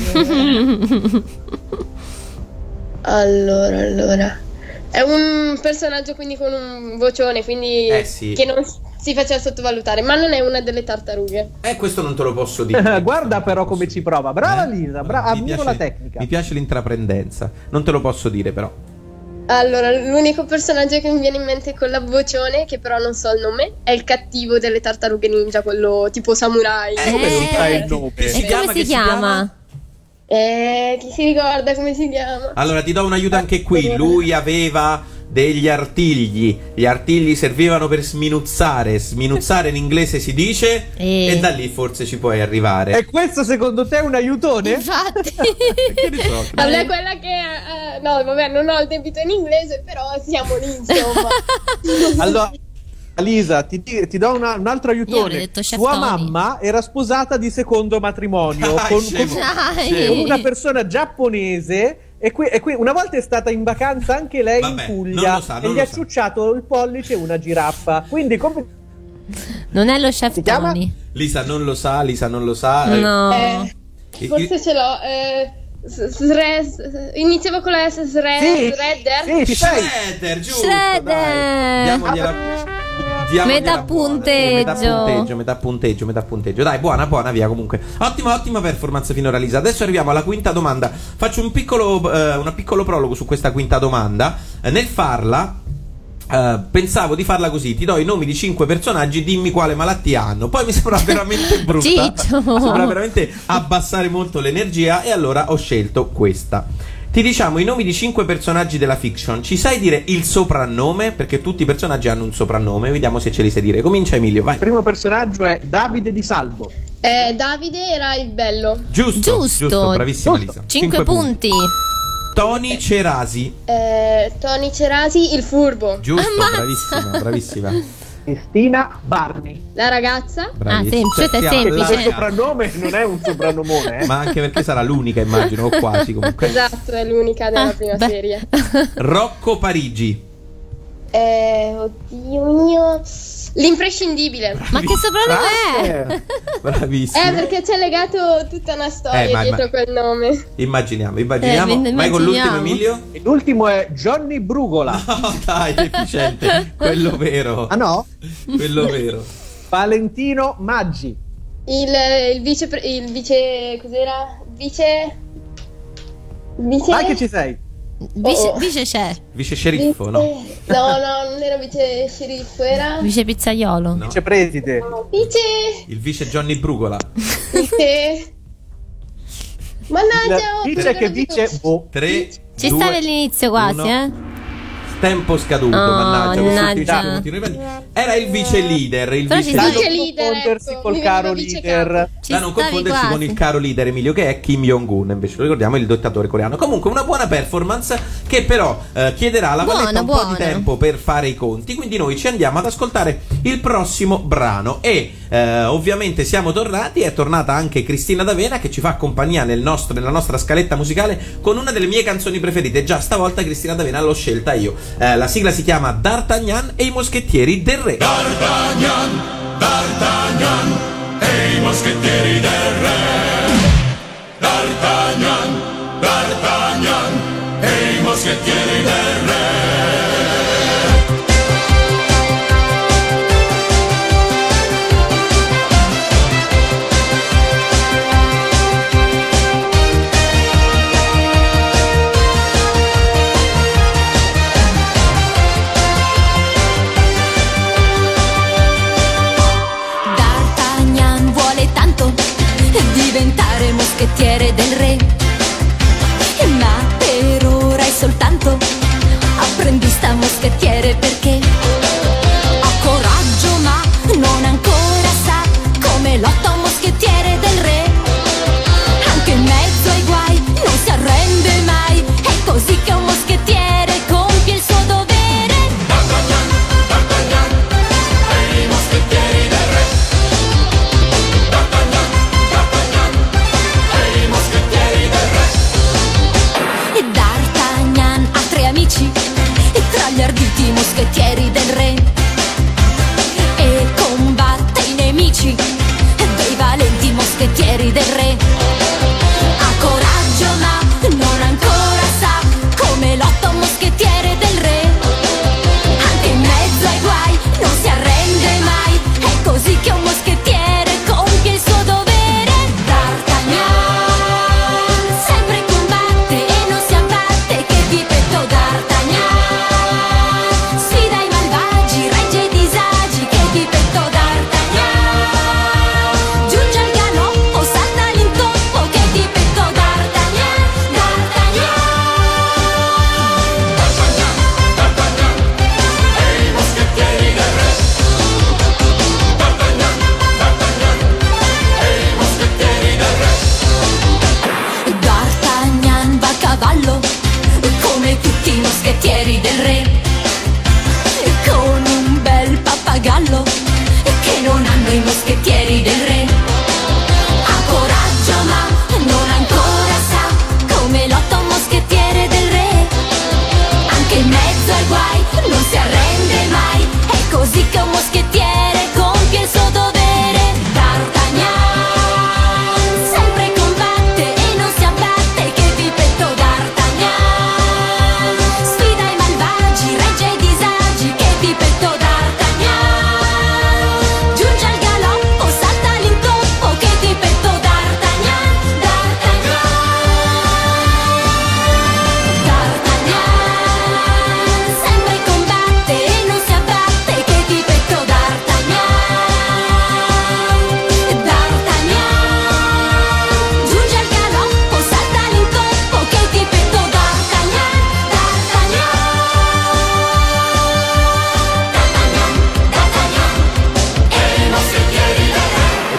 S10: Allora. È un personaggio quindi con un vocione, quindi che non si faceva sottovalutare, ma non è una delle tartarughe.
S3: Questo non te lo posso dire.
S4: Guarda però come ci prova. Brava Lisa, ammiro la tecnica.
S3: Mi piace l'intraprendenza. Non te lo posso dire però.
S10: Allora, l'unico personaggio che mi viene in mente con la vocione, che però non so il nome, è il cattivo delle Tartarughe Ninja, quello tipo samurai.
S5: Come si chiama?
S10: Chi si ricorda come si chiama?
S3: Allora ti do un aiuto anche qui. Lui aveva degli artigli. Gli artigli servivano per sminuzzare. Sminuzzare in inglese si dice. E da lì forse ci puoi arrivare.
S4: E questo secondo te è un aiutone?
S5: Infatti.
S10: Vabbè, quella che no, vabbè, non ho il debito in inglese, però siamo lì, insomma.
S4: Allora, Lisa, ti do un altro aiutone. Sua mamma era sposata di secondo matrimonio con una persona giapponese. E qui una volta è stata in vacanza anche lei in Puglia e gli ha ciucciato il pollice una giraffa. Quindi come
S5: non è lo chef Tony?
S3: Lisa non lo sa.
S5: No.
S10: Forse ce l'ho. Iniziava con la S. Shredder.
S3: Sì, Shredder, giusto.
S5: Metà punteggio.
S3: Dai, buona via comunque. Ottima performance finora, Lisa. Adesso arriviamo alla quinta domanda. Faccio un piccolo prologo su questa quinta domanda. Nel farla pensavo di farla così: ti do i nomi di 5 personaggi, dimmi quale malattia hanno. Poi mi sembra veramente brutta. Sembra veramente abbassare molto l'energia, e allora ho scelto questa. Ti diciamo i nomi di 5 personaggi della fiction. Ci sai dire il soprannome? Perché tutti i personaggi hanno un soprannome. Vediamo se ce li sai dire. Comincia Emilio, vai.
S4: Il primo personaggio è Davide Di Salvo.
S10: Davide era il bello.
S3: Giusto, bravissima Lisa.
S5: 5 punti.
S3: Tony Cerasi.
S10: Tony Cerasi, il furbo.
S3: Giusto, bravissima.
S4: Cristina Barney.
S10: La ragazza.
S5: Semplice.
S4: Il soprannome non è un soprannomone,
S3: ma anche perché sarà l'unica, immagino, o quasi comunque.
S10: Esatto, è l'unica della prima serie.
S3: Rocco Parigi.
S10: Oddio mio. L'imprescindibile.
S5: Ma che soprannome è?
S3: Bravissimo.
S10: Perché c'è legato tutta una storia dietro quel nome.
S3: Immaginiamo. Vai con l'ultimo, Emilio.
S4: E l'ultimo è Johnny Brugola.
S3: No, dai, efficiente. Quello vero.
S4: Ah no?
S3: Quello vero.
S4: Valentino Maggi.
S10: Il vice cos'era? Vice.
S4: Vai che ci sei.
S5: Vice c'è.
S3: Vice sceriffo, no?
S10: No, non era vice sceriffo, era
S5: vice pizzaiolo.
S3: No.
S4: Vice preside.
S3: Il vice Johnny Brugola.
S10: Vice. Mannaggia,
S4: vice che vice
S3: 3.
S5: Ci stavi all'inizio quasi,
S3: Tempo scaduto, mannaggia. Era il vice leader. Il vice
S4: confondersi col caro leader.
S3: Da non confondersi con il caro leader Emilio, che è Kim Jong-un, invece lo ricordiamo, il dittatore coreano. Comunque una buona performance che però chiederà alla Valletta un po' di tempo per fare i conti. Quindi noi ci andiamo ad ascoltare il prossimo brano. E ovviamente siamo tornati. È tornata anche Cristina D'Avena, che ci fa compagnia nella nostra scaletta musicale con una delle mie canzoni preferite. Già stavolta Cristina D'Avena l'ho scelta io. La sigla si chiama D'Artagnan e i moschettieri del re.
S8: D'Artagnan e i moschettieri del re. D'Artagnan e i moschettieri del re.
S12: Diventare moschettiere del re, ma per ora è soltanto apprendista moschettiere, perché ha coraggio ma non ancora sa come lotta un moschettiere del re. Anche in mezzo ai guai non si arrende mai, è così che un moschettiere compie il suo dovere. D'Artagnan e i moschettieri del re. D'Artagnan ha 3 amici tra gli arditi moschettieri del re e combatte i nemici dei valenti moschettieri del re. Ha coraggio ma non ancora sa come lotta un moschettiere del re. Anche in mezzo ai guai non si arrende mai, è così che un moschettiere compie il suo dovere. Come tutti i moschettieri del re, con un bel pappagallo che non hanno i moschettieri del re. Ha coraggio ma non ancora sa come lotta un moschettiere del re. Anche in mezzo ai guai non si arrende mai, è così che un moschettiere compie il suo dovere. D'Artagnan sempre combatte e non si abbatte, che pipetto D'Artagnan. Sfida i malvagi, regge i disagi, che pipetto D'Artagnan. Giunge al galoppo, salta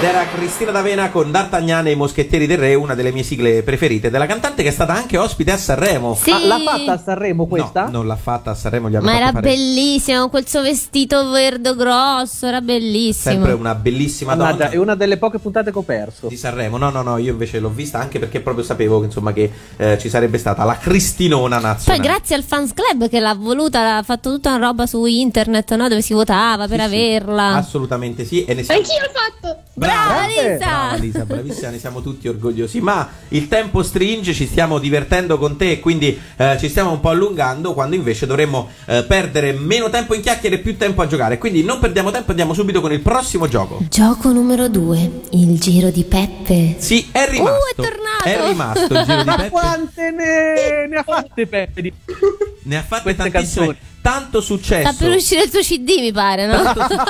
S3: Ed era Cristina D'Avena con D'Artagnan e i Moschettieri del Re, una delle mie sigle preferite della cantante, che è stata anche ospite a Sanremo.
S5: Sì.
S4: L'ha fatta a Sanremo questa?
S3: No, non l'ha fatta a Sanremo, gli hanno
S5: Ma
S3: fatto
S5: era
S3: fare
S5: bellissima, con quel suo vestito verde grosso, era bellissimo.
S3: sempre una bellissima donna.
S4: Mannaggia, è una delle poche puntate che ho perso.
S3: Di Sanremo, no, io invece l'ho vista anche perché proprio sapevo che, insomma, che ci sarebbe stata la Cristinona nazionale.
S5: Poi grazie al fans club che l'ha voluta, ha fatto tutta una roba su internet, no? Dove si votava per averla.
S3: Assolutamente sì. E ne siamo...
S10: Anch'io l'ho fatto.
S5: Brava Lisa!
S3: Brava Lisa, bravissima, ne siamo tutti orgogliosi. Ma il tempo stringe, ci stiamo divertendo con te, quindi ci stiamo un po' allungando, quando invece dovremmo perdere meno tempo in chiacchiere e più tempo a giocare. Quindi non perdiamo tempo, andiamo subito con il prossimo gioco.
S5: Gioco numero 2, il giro di Peppe.
S3: Sì, è rimasto.
S5: È tornato.
S3: È rimasto il giro di
S4: Ma
S3: Peppe.
S4: quante ne ha fatte Peppe di
S3: Ne ha fatte
S4: queste
S3: tantissime.
S4: canzoni?
S3: Tanto successo.
S5: Sta per uscire il suo CD, mi pare, no?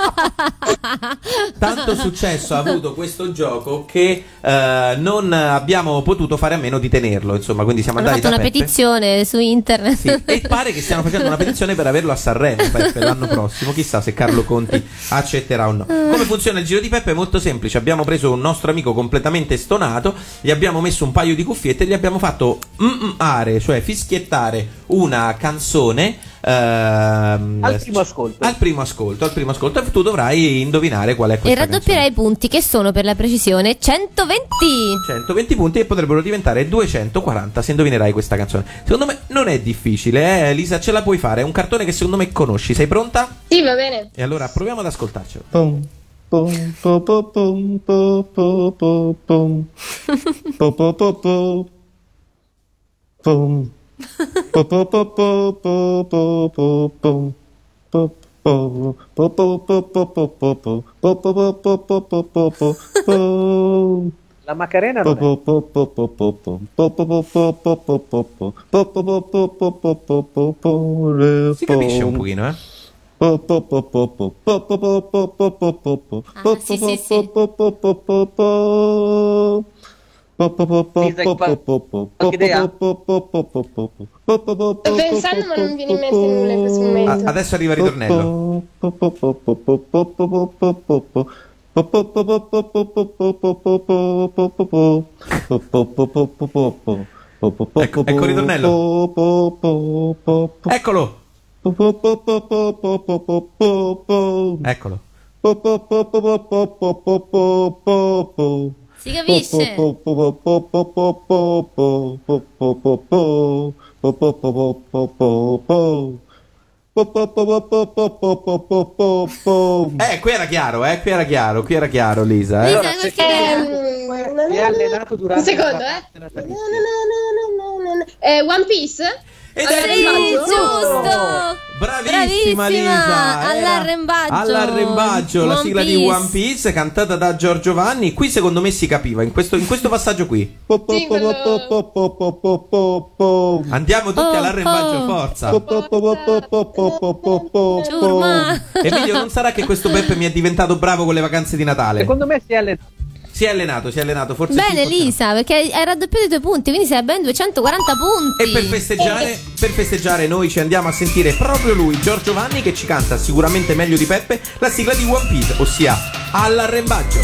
S3: Tanto successo ha avuto questo gioco che non abbiamo potuto fare a meno di tenerlo. Insomma, quindi siamo
S5: Hanno
S3: andati
S5: fatto
S3: da
S5: una
S3: Peppe.
S5: petizione su internet.
S3: Sì, e pare che stiano facendo una petizione per averlo a Sanremo, Peppe, l'anno prossimo. Chissà se Carlo Conti accetterà o no. Come funziona il giro di Peppe? È molto semplice. Abbiamo preso un nostro amico completamente stonato, gli abbiamo messo un paio di cuffiette e gli abbiamo fatto cioè fischiettare una canzone
S4: al primo ascolto.
S3: Al primo ascolto, e tu dovrai indovinare qual è
S5: E
S3: questa
S5: raddoppierai i punti, che sono per la precisione 120.
S3: 120 punti, e potrebbero diventare 240 se indovinerai questa canzone. Secondo me non è difficile, Lisa, ce la puoi fare. È un cartone che secondo me conosci. Sei pronta?
S10: Sì, va bene.
S3: E allora proviamo ad ascoltarcelo.
S13: Pom pom pom pom pom pom pom pom pom pom pom pom.
S4: La Macarena non è.
S3: Si capisce un pochino, eh?
S5: Sì, sì, sì.
S4: Qualche idea?
S10: Sto pensando, ma non mi viene in mente nulla in questo momento.
S3: Adesso arriva il ritornello. Ecco il ritornello. Eccolo. Eccolo.
S5: Si capisce?
S3: Qui era chiaro, Lisa.
S5: Lisa,
S4: Allora,
S5: qualche idea?
S4: Si è allenato
S10: Un
S4: durante
S10: secondo,
S4: la
S10: One Piece?
S3: Ed
S5: Sì,
S3: è
S5: giusto!
S3: Bravissima Lisa. All'arrembaggio, la
S5: One
S3: sigla di
S5: Piece.
S3: One Piece cantata da Giorgio Vanni. Qui secondo me si capiva in questo passaggio qui. Andiamo tutti all'arrembaggio, forza.
S5: Ciurma.
S3: Emilio, non sarà che questo Beppe mi è diventato bravo con le vacanze di Natale?
S4: Secondo me si è allenato.
S3: Si è allenato, forse
S5: Bene
S3: sì, forse no.
S5: Lisa, perché hai raddoppiato i tuoi punti, quindi sei a ben 240 punti.
S3: E per festeggiare noi ci andiamo a sentire proprio lui, Giorgio Vanni, che ci canta sicuramente meglio di Peppe la sigla di One Piece, ossia All'arrembaggio.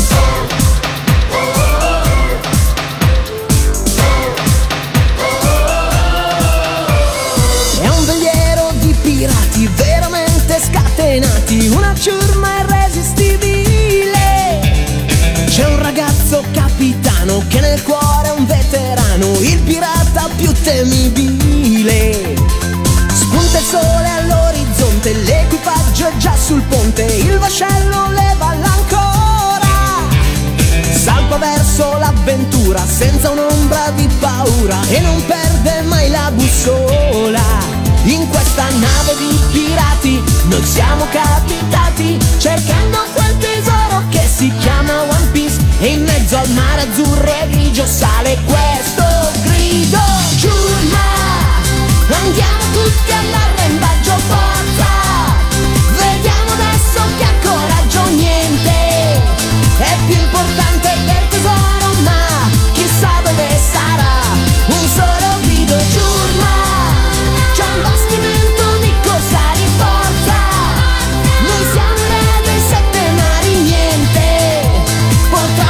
S11: È un veliero di pirati veramente scatenati, una ciurma irresistibile. C'è un ragazzo capitano che nel cuore è un veterano, il pirata più temibile. Spunta il sole all'orizzonte, l'equipaggio è già sul ponte, il vascello leva l'ancora. Salpa verso l'avventura senza un'ombra di paura e non perde mai la bussola. In questa nave di pirati noi siamo capitati, cercando quel tesoro che si chiama One Piece, e in mezzo al mare azzurro e grigio sale questo grido: ciurma, andiamo tutti all'arrembaggio, forza, vediamo adesso che ha coraggio, niente è più importante del tesoro, ma chissà dove sarà, un solo grido: ciurma, c'è un bastimento di corsari, forza, noi siamo re dei sette mari, niente potrà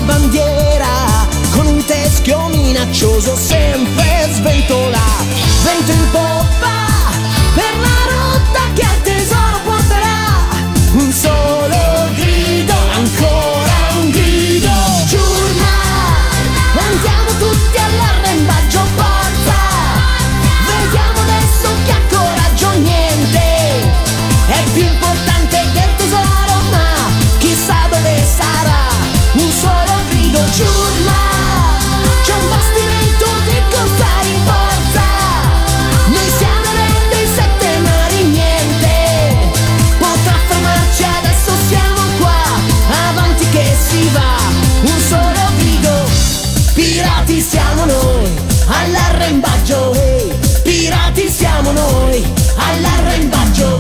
S11: bandiera con un teschio minaccioso sempre sventola, vento in poppa per la rotta che al tesoro porterà, un solo grido, ancora un grido, ciurma, andiamo tutti all'arrembaggio, forza, vediamo adesso chi ha coraggio, niente è più importante del tesoro, ma chissà dove sarà, un solo grido, ciurma, c'è un bastimento di corsari in forza, noi siamo re dei sette mari, niente potrà fermarci, adesso siamo qua, avanti che si va, un solo grido, pirati siamo noi, all'arrembaggio, pirati siamo noi, all'arrembaggio,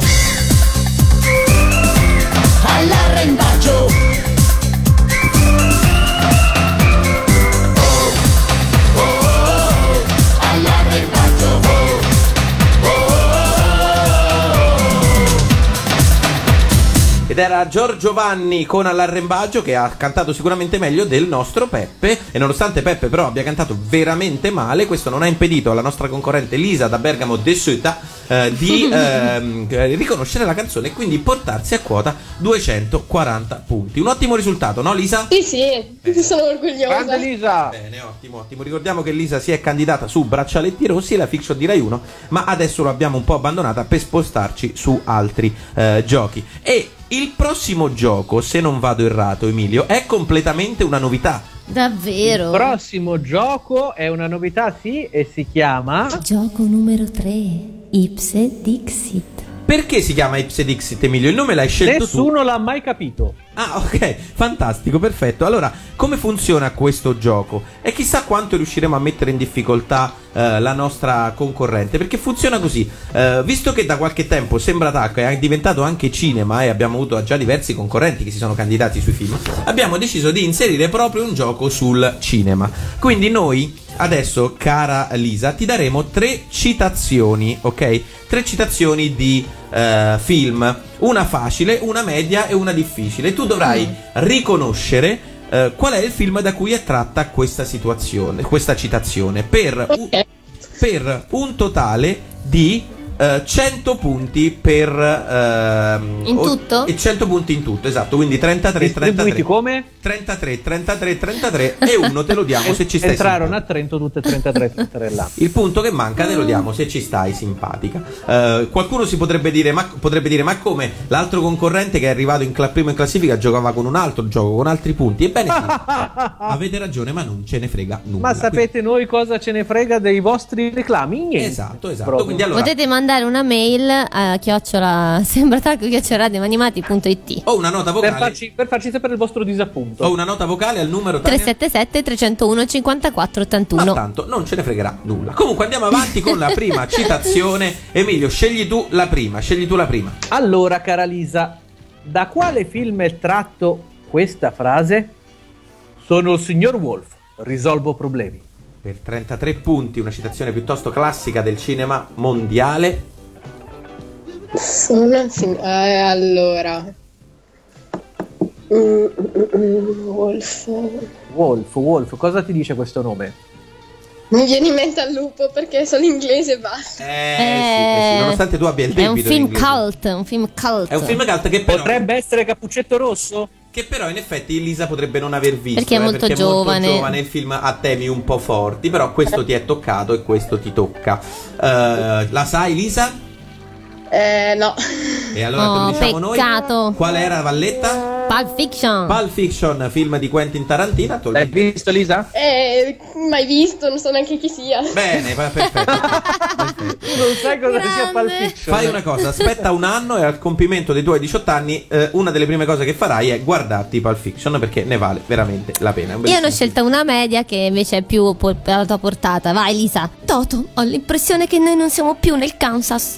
S11: all'arrembaggio.
S3: Ed era Giorgio Vanni con All'arrembaggio, che ha cantato sicuramente meglio del nostro Peppe, e nonostante Peppe però abbia cantato veramente male, questo non ha impedito alla nostra concorrente Lisa da Bergamo de Suta di riconoscere la canzone e quindi portarsi a quota 240 punti. Un ottimo risultato, no Lisa?
S10: Sì, sono orgogliosa.
S4: Grande Lisa!
S3: Bene, ottimo. Ricordiamo che Lisa si è candidata su Braccialetti Rossi, la fiction di Rai 1, ma adesso l'abbiamo un po' abbandonata per spostarci su altri giochi. E il prossimo gioco, se non vado errato Emilio, è completamente una novità.
S5: Davvero?
S4: Il prossimo gioco è una novità, sì, e si chiama
S5: Gioco numero 3, Ipse Dixit.
S3: Perché si chiama Ipse Dixit, Emilio? Il nome l'hai scelto tu?
S4: Nessuno l'ha mai capito.
S3: Ah, ok, fantastico, perfetto. Allora, come funziona questo gioco? E chissà quanto riusciremo a mettere in difficoltà la nostra concorrente, perché funziona così. Visto che da qualche tempo Sembra Talco è diventato anche cinema e abbiamo avuto già diversi concorrenti che si sono candidati sui film, abbiamo deciso di inserire proprio un gioco sul cinema. Quindi noi adesso, cara Lisa, ti daremo 3 citazioni, ok? 3 citazioni di film, una facile, una media e una difficile. Tu dovrai riconoscere qual è il film da cui è tratta questa situazione, questa citazione, per un totale di 100 punti per
S5: in tutto?
S3: 100 punti in tutto, esatto, quindi 33 33
S4: come?
S3: 33 33 33 e uno te lo diamo se ci stai
S4: entrarono
S3: simpatico.
S4: a Trento tutte 33 là.
S3: Il punto che manca te lo diamo se ci stai simpatica. Qualcuno si potrebbe dire ma come l'altro concorrente che è arrivato primo in classifica giocava con un altro gioco con altri punti? Ebbene sì, avete ragione, ma non ce ne frega nulla.
S4: Ma sapete noi cosa ce ne frega dei vostri reclami? Niente.
S3: Esatto. Quindi allora
S5: potete mandare una mail a sembratalco@radioanimati.it
S3: o una nota vocale
S4: per farci sapere il vostro disappunto.
S3: O una nota vocale al numero
S5: 377 301 54 81.
S3: Ma tanto non ce ne fregherà nulla. Comunque andiamo avanti con la prima citazione. Emilio, scegli tu la prima.
S4: Allora, cara Lisa, da quale film è tratto questa frase? Sono il signor Wolf, risolvo problemi.
S3: Per 33 punti, una citazione piuttosto classica del cinema mondiale.
S10: Allora
S4: Wolf, cosa ti dice questo nome?
S10: mi viene in mente al lupo perché sono inglese e basta.
S3: Sì, nonostante tu abbia il debito
S5: È un film
S3: in inglese.
S5: cult, È un film cult
S3: che però
S4: potrebbe essere Cappuccetto Rosso?
S3: Che però in effetti Lisa potrebbe non aver visto,
S5: perché è molto giovane.
S3: Il film ha temi un po' forti, però questo ti è toccato e questo ti tocca. La sai Lisa?
S10: No.
S3: E allora te lo diciamo
S5: peccato.
S3: Noi. Qual era Valletta?
S5: Pulp Fiction,
S3: film di Quentin Tarantino.
S4: L'hai visto Lisa?
S10: Mai visto, non so neanche chi sia.
S3: Bene, perfetto.
S4: Non sai cosa sia Pulp Fiction.
S3: Fai una cosa, aspetta un anno e al compimento dei tuoi 18 anni una delle prime cose che farai è guardarti Pulp Fiction, perché ne vale veramente la pena.
S5: Io ne ho scelta una media che invece è più alla tua portata. Vai Lisa. Toto, ho l'impressione che noi non siamo più nel Kansas.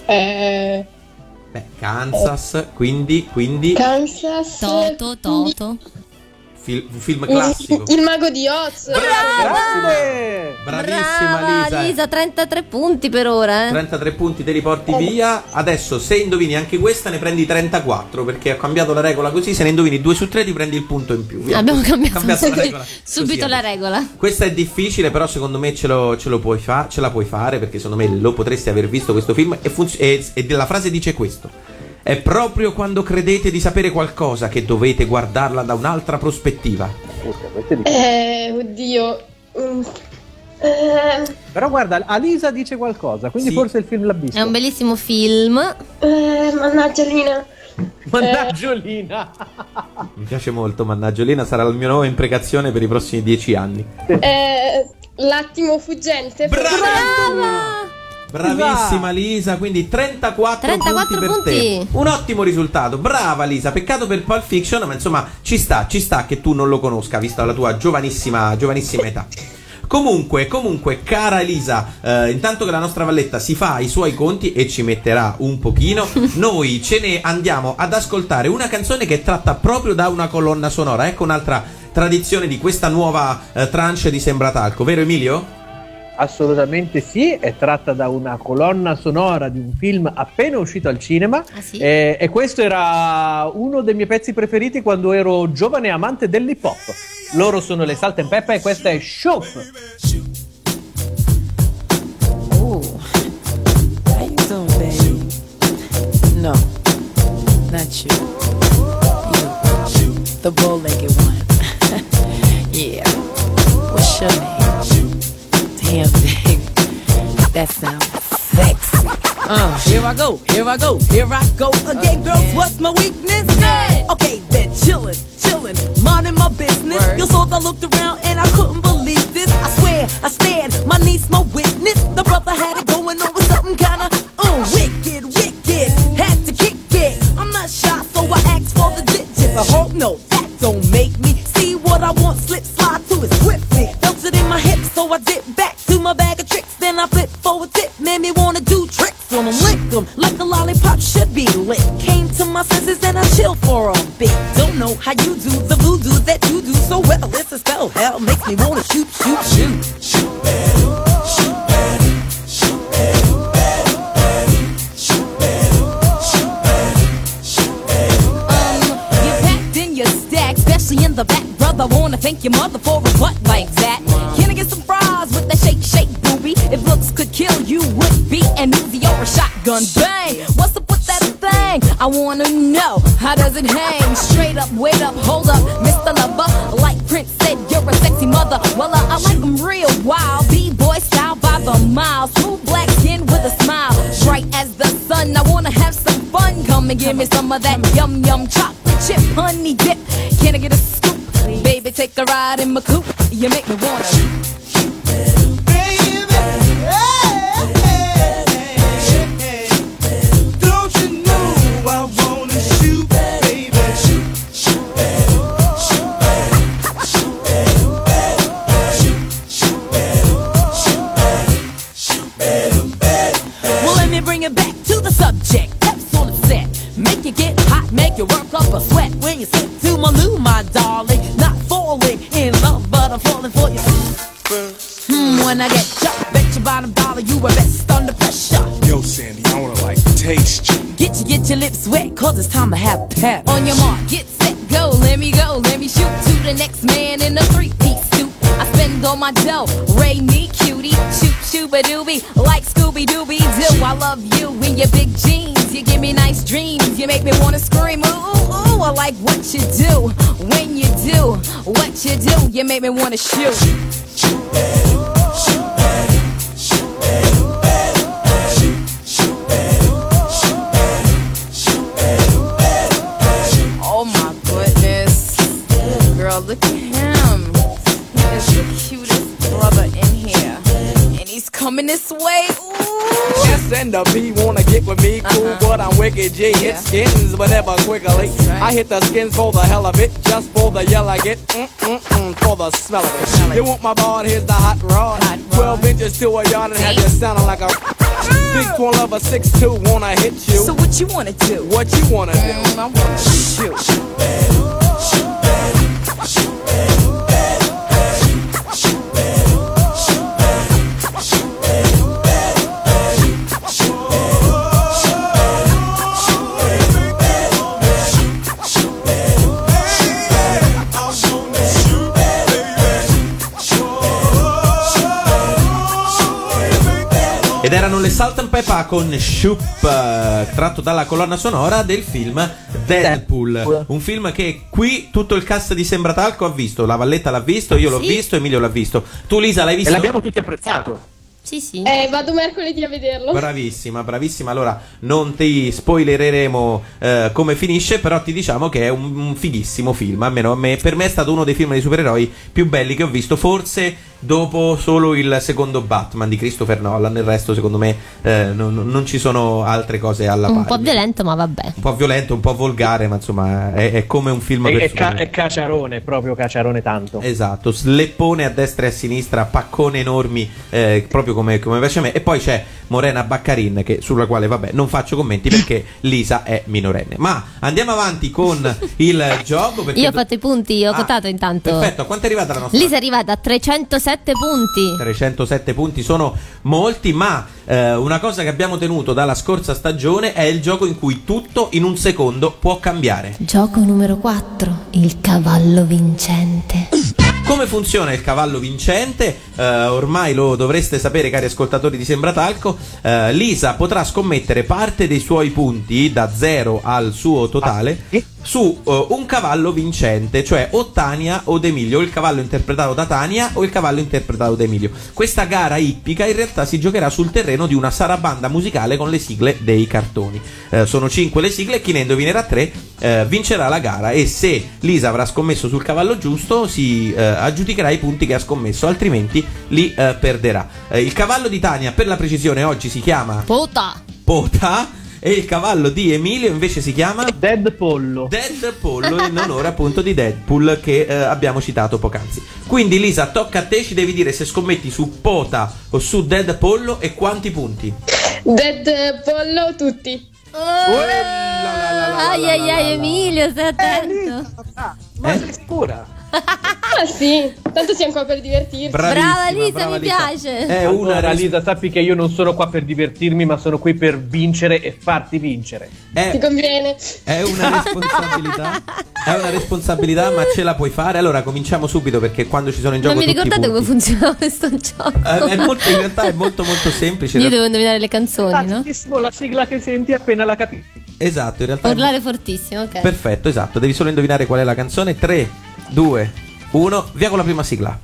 S3: Kansas, quindi
S10: Kansas.
S5: Toto.
S3: un film classico.
S10: Il Mago di Oz.
S3: Bravissima
S5: Brava, Lisa, 33 punti per ora.
S3: 33 punti te li porti via. Adesso se indovini anche questa ne prendi 34, perché ho cambiato la regola così, se ne indovini 2 su 3 ti prendi il punto in più. Via.
S5: Abbiamo cambiato
S3: la regola.
S5: subito
S3: Così,
S5: la regola.
S3: Questa è difficile, però secondo me ce la puoi fare, perché secondo me lo potresti aver visto questo film e la frase dice questo: è proprio quando credete di sapere qualcosa che dovete guardarla da un'altra prospettiva.
S10: Oddio.
S4: Però guarda, Alisa dice qualcosa, quindi forse il film l'ha visto.
S5: È un bellissimo film.
S10: Mannaggiolina.
S4: Mannaggiolina.
S3: Mi piace molto Mannaggiolina, sarà la mia nuova imprecazione per i prossimi 10 anni.
S10: L'attimo fuggente.
S3: Bravissima Lisa, quindi 34 punti per te. Un ottimo risultato, brava Lisa. Peccato per Pulp Fiction, ma insomma ci sta che tu non lo conosca, vista la tua giovanissima età. Comunque, cara Elisa, intanto che la nostra Valletta si fa i suoi conti e ci metterà un pochino, noi ce ne andiamo ad ascoltare una canzone che è tratta proprio da una colonna sonora. Ecco un'altra tradizione di questa nuova tranche di Sembratalco, vero Emilio?
S4: Assolutamente sì, è tratta da una colonna sonora di un film appena uscito al cinema.
S5: Sì?
S4: E questo era uno dei miei pezzi preferiti quando ero giovane amante dell'hip hop. Loro sono le Salt and Pepper e questa è Shoop.
S14: Oh, how you doing, baby? No, not you. You, the bow-legged one. Yeah, what's your name? Damn, baby, that sounds sexy. Here I go again, girls. What's my weakness? Okay, then chillin', minding my business. You saw I looked around and I couldn't believe this. I swear, I stand, my niece, my witness. The brother had it going on with something kinda wicked. Had to kick it. I'm not shy, so I asked for the digits. I hope no, that don't make me see what I want. Slip, slide to it swiftly. Felt it in my hips, so I dip back to my bag of tricks. Then I flip forward tip, made me wanna do tricks. Lick them like a lollipop should be lit. Came to my senses and I chilled for a bit. Don't know how you do the voodoo that you do so well. It's a spell, hell makes me wanna shoot. You packed in your stack, especially in the back, brother. Wanna thank your mother for a butt like that. Can I get some fries with that shake, booby? If looks could kill you, would be an Uzi or a shotgun. Bang! What's up with that thing? I wanna know, how does it hang? Straight up, wait up, hold up, Mr. Lover. Like Prince said, you're a sexy mother. Well, I like them real wild, B-boy style by the mile. Smooth black skin with a smile, bright as the sun. I wanna have some fun. Come and give me some of that yum chocolate chip honey dip. Can I get a scoop? Baby, take a ride in my coupe. You make me wanna. Bring it back to the subject. That's all it's set. Make you get hot, make you work up a sweat. When you sit to my loo, my darling. Not falling in love, but I'm falling for you. When I get shot, bet your bottom dollar you were best under pressure.
S15: Yo, Sandy, I wanna like taste you.
S14: Get your lips wet, cause it's time to have pep. On your mark, get set, go, let me shoot to the next man in a three-piece suit. I spend all my dough, Ray me cutie, shoot-a-doobie, like Scooby-Dooby-Doo. I love you in your big jeans, you give me nice dreams, you make me wanna scream, ooh, I like what you do, when you do, what you do, you make me wanna shoot. Oh my goodness, girl, look at him. He is the cutest brother in here, and he's coming this way. Ooh.
S16: S and the B wanna get with me, cool, but I'm wicked G. Hit skins, but never quickly. I hit the skins for the hell of it, just for the yell I get, for the smell of it. You want my ball? Here's the hot rod. 12 inches to a yard and have you sounding like a big twin of a 6'2", wanna hit you.
S14: So what you wanna do?
S16: What you wanna do?
S14: I wanna shoot.
S3: Ed erano le Salt and Pepper con Shoop, tratto dalla colonna sonora del film Deadpool. Un film che qui tutto il cast di Sembratalco ha visto. La Valletta l'ha visto, io l'ho visto, Emilio l'ha visto. Tu Lisa l'hai visto?
S13: E l'abbiamo tutti apprezzato.
S5: Sì.
S10: Vado mercoledì a vederlo.
S3: Bravissima. Allora non ti spoilereremo come finisce, però ti diciamo che è un fighissimo film. Almeno per me è stato uno dei film di supereroi più belli che ho visto, forse dopo solo il secondo Batman di Christopher Nolan. Il resto secondo me non ci sono altre cose alla pari.
S5: Un po' violento, ma vabbè.
S3: Un po' violento, un po' volgare, ma insomma è come un film per
S4: è cacciarone, proprio cacciarone tanto.
S3: Esatto, sleppone a destra e a sinistra, paccone enormi, proprio come piace a me. E poi c'è Morena Baccarin, sulla quale vabbè non faccio commenti perché Lisa è minorenne. Ma andiamo avanti con il gioco, perché
S5: io ho fatto i punti, ho contato intanto.
S3: Perfetto, a quanto è arrivata la nostra?
S5: Lisa è arrivata a 307 punti.
S3: 307 punti sono molti, ma una cosa che abbiamo tenuto dalla scorsa stagione è il gioco in cui tutto in un secondo può cambiare.
S5: Gioco numero 4, il cavallo vincente.
S3: Come funziona il cavallo vincente? Ormai lo dovreste sapere, cari ascoltatori di Sembratalco. Lisa potrà scommettere parte dei suoi punti da 0 al suo totale su un cavallo vincente, cioè o Tania o D'Emilio, o il cavallo interpretato da Tania o il cavallo interpretato da Emilio. Questa gara ippica in realtà si giocherà sul terreno di una sarabanda musicale con le sigle dei cartoni. Sono 5 le sigle e chi ne indovinerà 3 vincerà la gara, e se Lisa avrà scommesso sul cavallo giusto si aggiudicherà i punti che ha scommesso, altrimenti li perderà. Il cavallo di Tania, per la precisione, oggi si chiama Pota. E il cavallo di Emilio invece si chiama
S4: Deadpollo,
S3: in onore appunto di Deadpool che abbiamo citato poc'anzi. Quindi Lisa, tocca a te, ci devi dire se scommetti su Pota o su Deadpollo e quanti punti.
S10: Deadpollo tutti.
S5: Ai Emilio, stai attento.
S4: Ma sei sicura?
S10: Ah sì, tanto siamo qua per divertirci.
S5: Brava Lisa, mi piace.
S4: Allora Lisa, sappi che io non sono qua per divertirmi, ma sono qui per vincere e farti vincere.
S10: Ti conviene.
S3: È una responsabilità, ma ce la puoi fare. Allora cominciamo subito, perché quando ci sono in gioco
S5: non mi
S3: tutti
S5: ricordate
S3: i punti,
S5: come funziona questo gioco?
S3: in realtà è molto semplice.
S5: Io devo indovinare le canzoni, no?
S4: La sigla che senti appena la capisci.
S3: Esatto, in realtà
S5: urlare fortissimo, ok.
S3: Perfetto, esatto, devi solo indovinare qual è la canzone. 3, 2, 1, via con la prima sigla.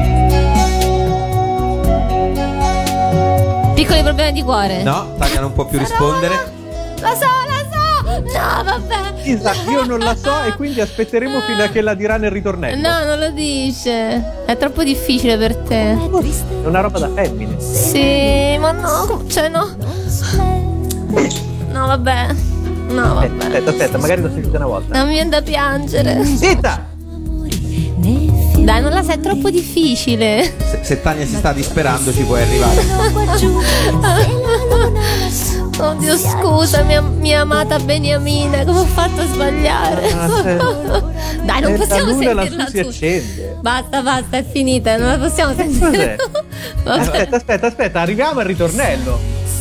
S5: Piccoli problemi di cuore.
S3: No, Tania non può più rispondere.
S5: La so. No, vabbè.
S4: Lisa, io non la so e quindi aspetteremo fino a che la dirà nel ritornello.
S5: No, non lo dice. È troppo difficile per te.
S4: È una roba da femmine.
S5: Sì, ma no, cioè no. No, vabbè.
S4: Aspetta, magari lo sentite una volta.
S5: Non mi viene da piangere.
S4: Zitta!
S5: Dai, non la sai, è troppo difficile.
S3: Se Tania si sta disperando ci puoi arrivare.
S5: Oddio, scusa, mia amata Beniamina, come ho fatto a sbagliare? Dai, non possiamo sentirla
S4: si accende.
S5: Basta, è finita, non la possiamo sentire.
S4: Aspetta, arriviamo al ritornello.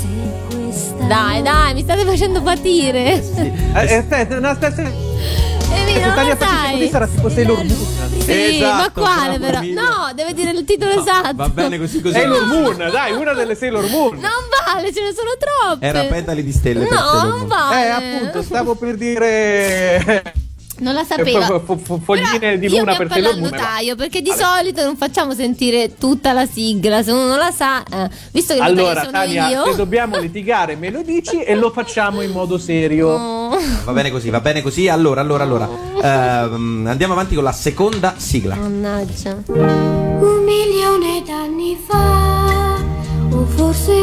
S5: Dai, mi state facendo patire.
S4: Sì. Aspetta.
S5: Emilio, non la sai.
S4: Sarà tipo Sailor Moon.
S5: Sì,
S3: esatto,
S5: ma quale però? No, deve dire il titolo esatto.
S3: Va bene così.
S4: Sailor Moon, dai, una delle Sailor Moon.
S5: Non vale, ce ne sono troppe.
S3: Era Petali di stelle.
S5: No, non vale.
S4: Appunto, stavo per dire.
S5: Non la sapeva.
S4: Fogline di luna per Sailor Moon.
S5: Notaio, perché di solito non facciamo sentire tutta la sigla. Se uno non la sa, visto che
S4: allora,
S5: sono
S4: Tania,
S5: io.
S4: se dobbiamo litigare me lo dici e lo facciamo in modo serio.
S3: Va bene così. Allora. Andiamo avanti con la seconda sigla.
S5: Mannaggia.
S12: 1 milione d'anni fa, o forse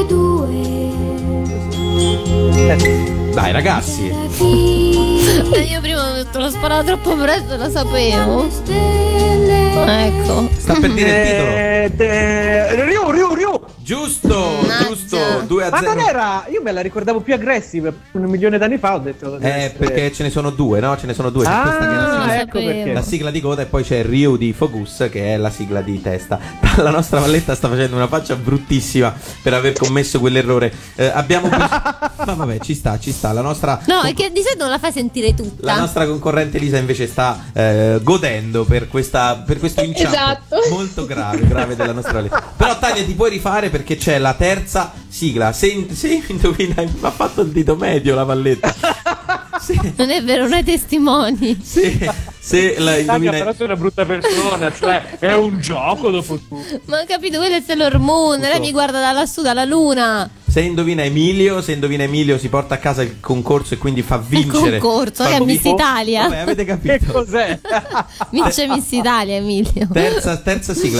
S12: 2.
S3: Dai ragazzi.
S5: Io prima l'ho sparato troppo presto e la sapevo. Ecco.
S3: Sta per dire il titolo.
S4: Ryu.
S3: Giusto. 2-0.
S4: Ma non era. Io me la ricordavo più aggressiva. 1 milione d'anni fa ho detto.
S3: Perché ce ne sono due, no? Ce ne sono due. C'è questa che è la sigla,
S4: ecco perché.
S3: La sigla di coda, e poi c'è Ryu di Focus, che è la sigla di testa. La nostra Valletta sta facendo una faccia bruttissima per aver commesso quell'errore. Abbiamo ma vabbè, ci sta. La nostra.
S5: No, è che di solito non la fai sentire tutta.
S3: La nostra concorrente Lisa invece sta godendo per questo inciampo molto grave della nostra Valletta. Però Tania ti puoi rifare perché c'è la terza sigla. Se indovina, mi ha fatto il dito medio la Valletta.
S5: Non è vero, non hai testimoni.
S3: Se la indovina...
S4: Però sei una brutta persona, cioè è un gioco dopo tutto.
S5: Ma ho capito, quello è Sailor Moon, lei mi guarda da lassù, dalla luna.
S3: Se indovina Emilio si porta a casa il concorso e quindi fa vincere.
S5: Il concorso, è Miss Italia.
S3: Vabbè, avete capito.
S4: Che cos'è?
S5: Vince Miss Italia, Emilio.
S3: Terza sigla.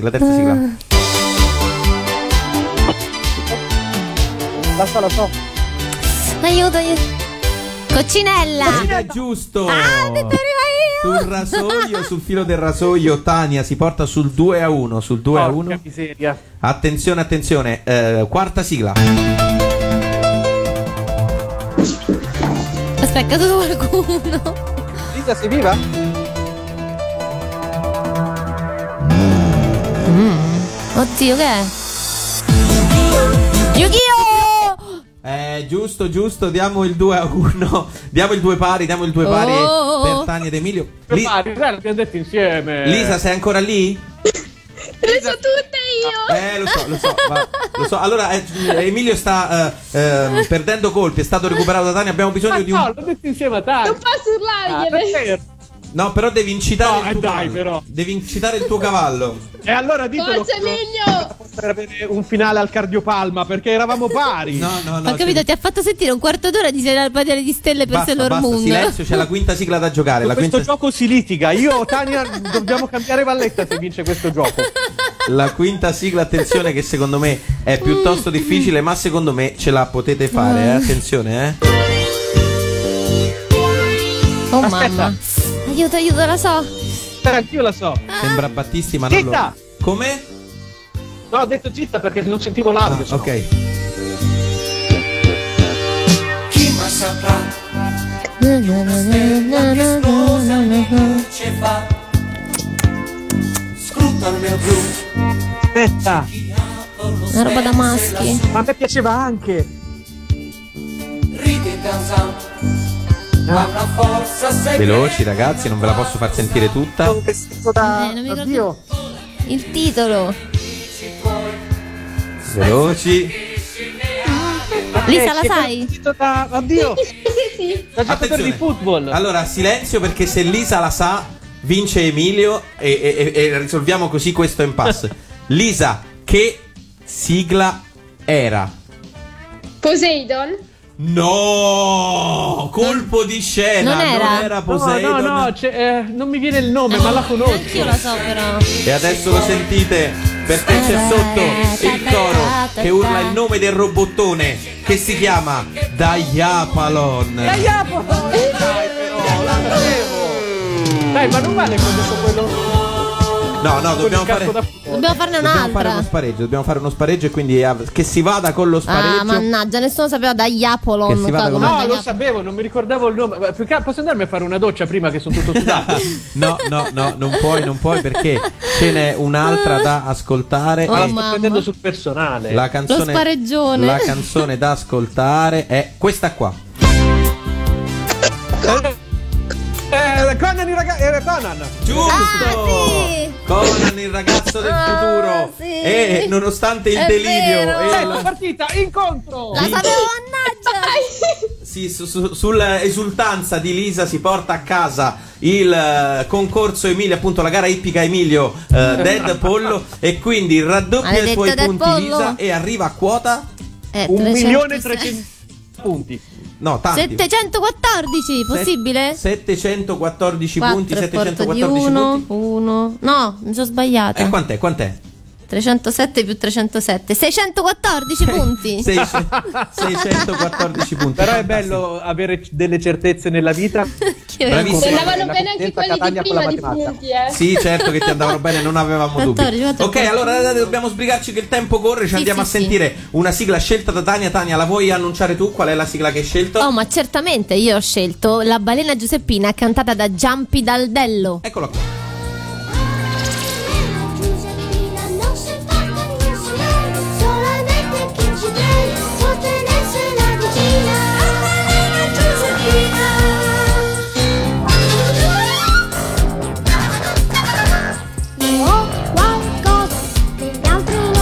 S4: La so.
S5: Aiuto. Coccinella.
S3: È giusto.
S5: Ah, ho detto prima io.
S3: Sul rasoio, sul filo del rasoio, Tania si porta sul 2-1. Sul 2-1.
S4: Porca miseria.
S3: Attenzione. Quarta sigla.
S5: Aspetta, è caduto qualcuno.
S4: Lisa, sei viva?
S5: Oddio, che è? Yu-Gi-Oh!
S3: Giusto, diamo il 2-1. Diamo il 2 pari per Tania ed Emilio.
S4: L'abbiamo detto insieme.
S3: Lisa, sei ancora lì?
S10: Le so tutte io.
S3: Lo so. Allora, Emilio sta perdendo colpi, è stato recuperato da Tania. Abbiamo bisogno di un.
S4: No, l'ho detto insieme a Tania.
S10: Non posso urlargliene.
S3: No, però devi incitare il tuo
S4: dai,
S3: cavallo.
S4: però.
S3: Devi incitare il tuo cavallo.
S4: E allora ditelo.
S10: Forza Emilio!
S4: Per avere un finale al cardiopalma, perché eravamo pari.
S3: No.
S5: Ho capito, ti ha fatto sentire un quarto d'ora di Battaglia di Stelle per Sailor Moon.
S3: Silenzio, c'è la quinta sigla da giocare.
S4: Questo gioco si litiga. Io, Tania, dobbiamo cambiare Valletta se vince questo gioco.
S3: La quinta sigla, attenzione, che secondo me è piuttosto difficile, ma secondo me ce la potete fare, attenzione,
S5: Oh mamma. Aiuto, la so.
S4: Anch'io la so.
S3: Sembra Battisti, ma non lo...
S4: Zitta!
S3: Come?
S4: No, ho detto zitta perché non sentivo l'audio.
S3: Ok.
S11: Chi mai saprà ce fa scruta il mio blu.
S4: Aspetta.
S5: Una roba da maschi.
S4: Ma a me piaceva anche.
S11: Ridi danzando. Ha una forza segreta.
S3: Veloci ragazzi, non ve la posso far sentire tutta.
S4: Un vestito da
S5: non mi ricordo
S4: Dio.
S5: Il titolo.
S3: Veloci.
S5: Lisa, la sai?
S4: Oddio.
S10: Sì.
S4: Da giocatore di football.
S3: Allora, silenzio perché se Lisa la sa, vince Emilio e risolviamo così questo impasse. Lisa, che sigla era?
S10: Poseidon?
S3: No, colpo di scena. Non era Poseidon.
S4: No, non mi viene il nome, ma la conosco.
S5: Anch'io la so, però.
S3: E adesso lo sentite perché c'è sotto il coro che urla il nome del robottone che si chiama Diapolon.
S4: Dai, però, la sapevo. Dai, ma non vale come su quello.
S3: No, dobbiamo farne
S5: un'altra.
S3: Dobbiamo fare uno spareggio e quindi che si vada con lo spareggio.
S5: Ah, mannaggia, nessuno sapeva Diapolon.
S3: Che si vada con
S4: No, lo sapevo, non mi ricordavo il nome. Posso andarmi a fare una doccia prima che sono tutto sudato?
S3: No, non puoi perché ce n'è un'altra da ascoltare.
S4: Ma la sto prendendo sul personale.
S3: La canzone,
S5: lo spareggione.
S3: La canzone da ascoltare è questa qua.
S4: Conan.
S3: Giusto!
S5: Sì.
S3: Conan, il ragazzo del futuro.
S5: Sì.
S3: E nonostante il
S5: È
S3: delirio
S5: vero.
S3: e
S4: La partita, incontro.
S5: La sapevo, mannaggia.
S3: sì, sull'esultanza di Lisa si porta a casa il concorso Emilio, appunto la gara ippica Emilio Dead Pollo, e quindi raddoppia i suoi punti
S5: Pollo.
S3: Lisa e arriva a quota
S4: 1.300.000 punti.
S3: No, tanti.
S5: 714, possibile?
S3: 714 punti, 714
S5: 1,
S3: punti.
S5: 1. No, mi sono sbagliata.
S3: Quant'è?
S5: 307 più 307, 614 punti.
S3: 614 punti.
S4: Però è bello avere delle certezze nella vita.
S3: Bravissimo.
S10: Ti andavano bene anche quelli di prima di punti,
S3: Sì, certo che ti andavano bene, non avevamo
S5: 14,
S3: dubbi.
S5: 14.
S3: Ok, allora dobbiamo sbrigarci che il tempo corre. Ci andiamo a sentire una sigla scelta da Tania. Tania, la vuoi annunciare tu? Qual è la sigla che hai scelto?
S5: Oh, ma certamente io ho scelto La balena Giuseppina, cantata da Giampi Dalbello.
S3: Eccola qua.
S12: Io ho qualcosa che gli altri non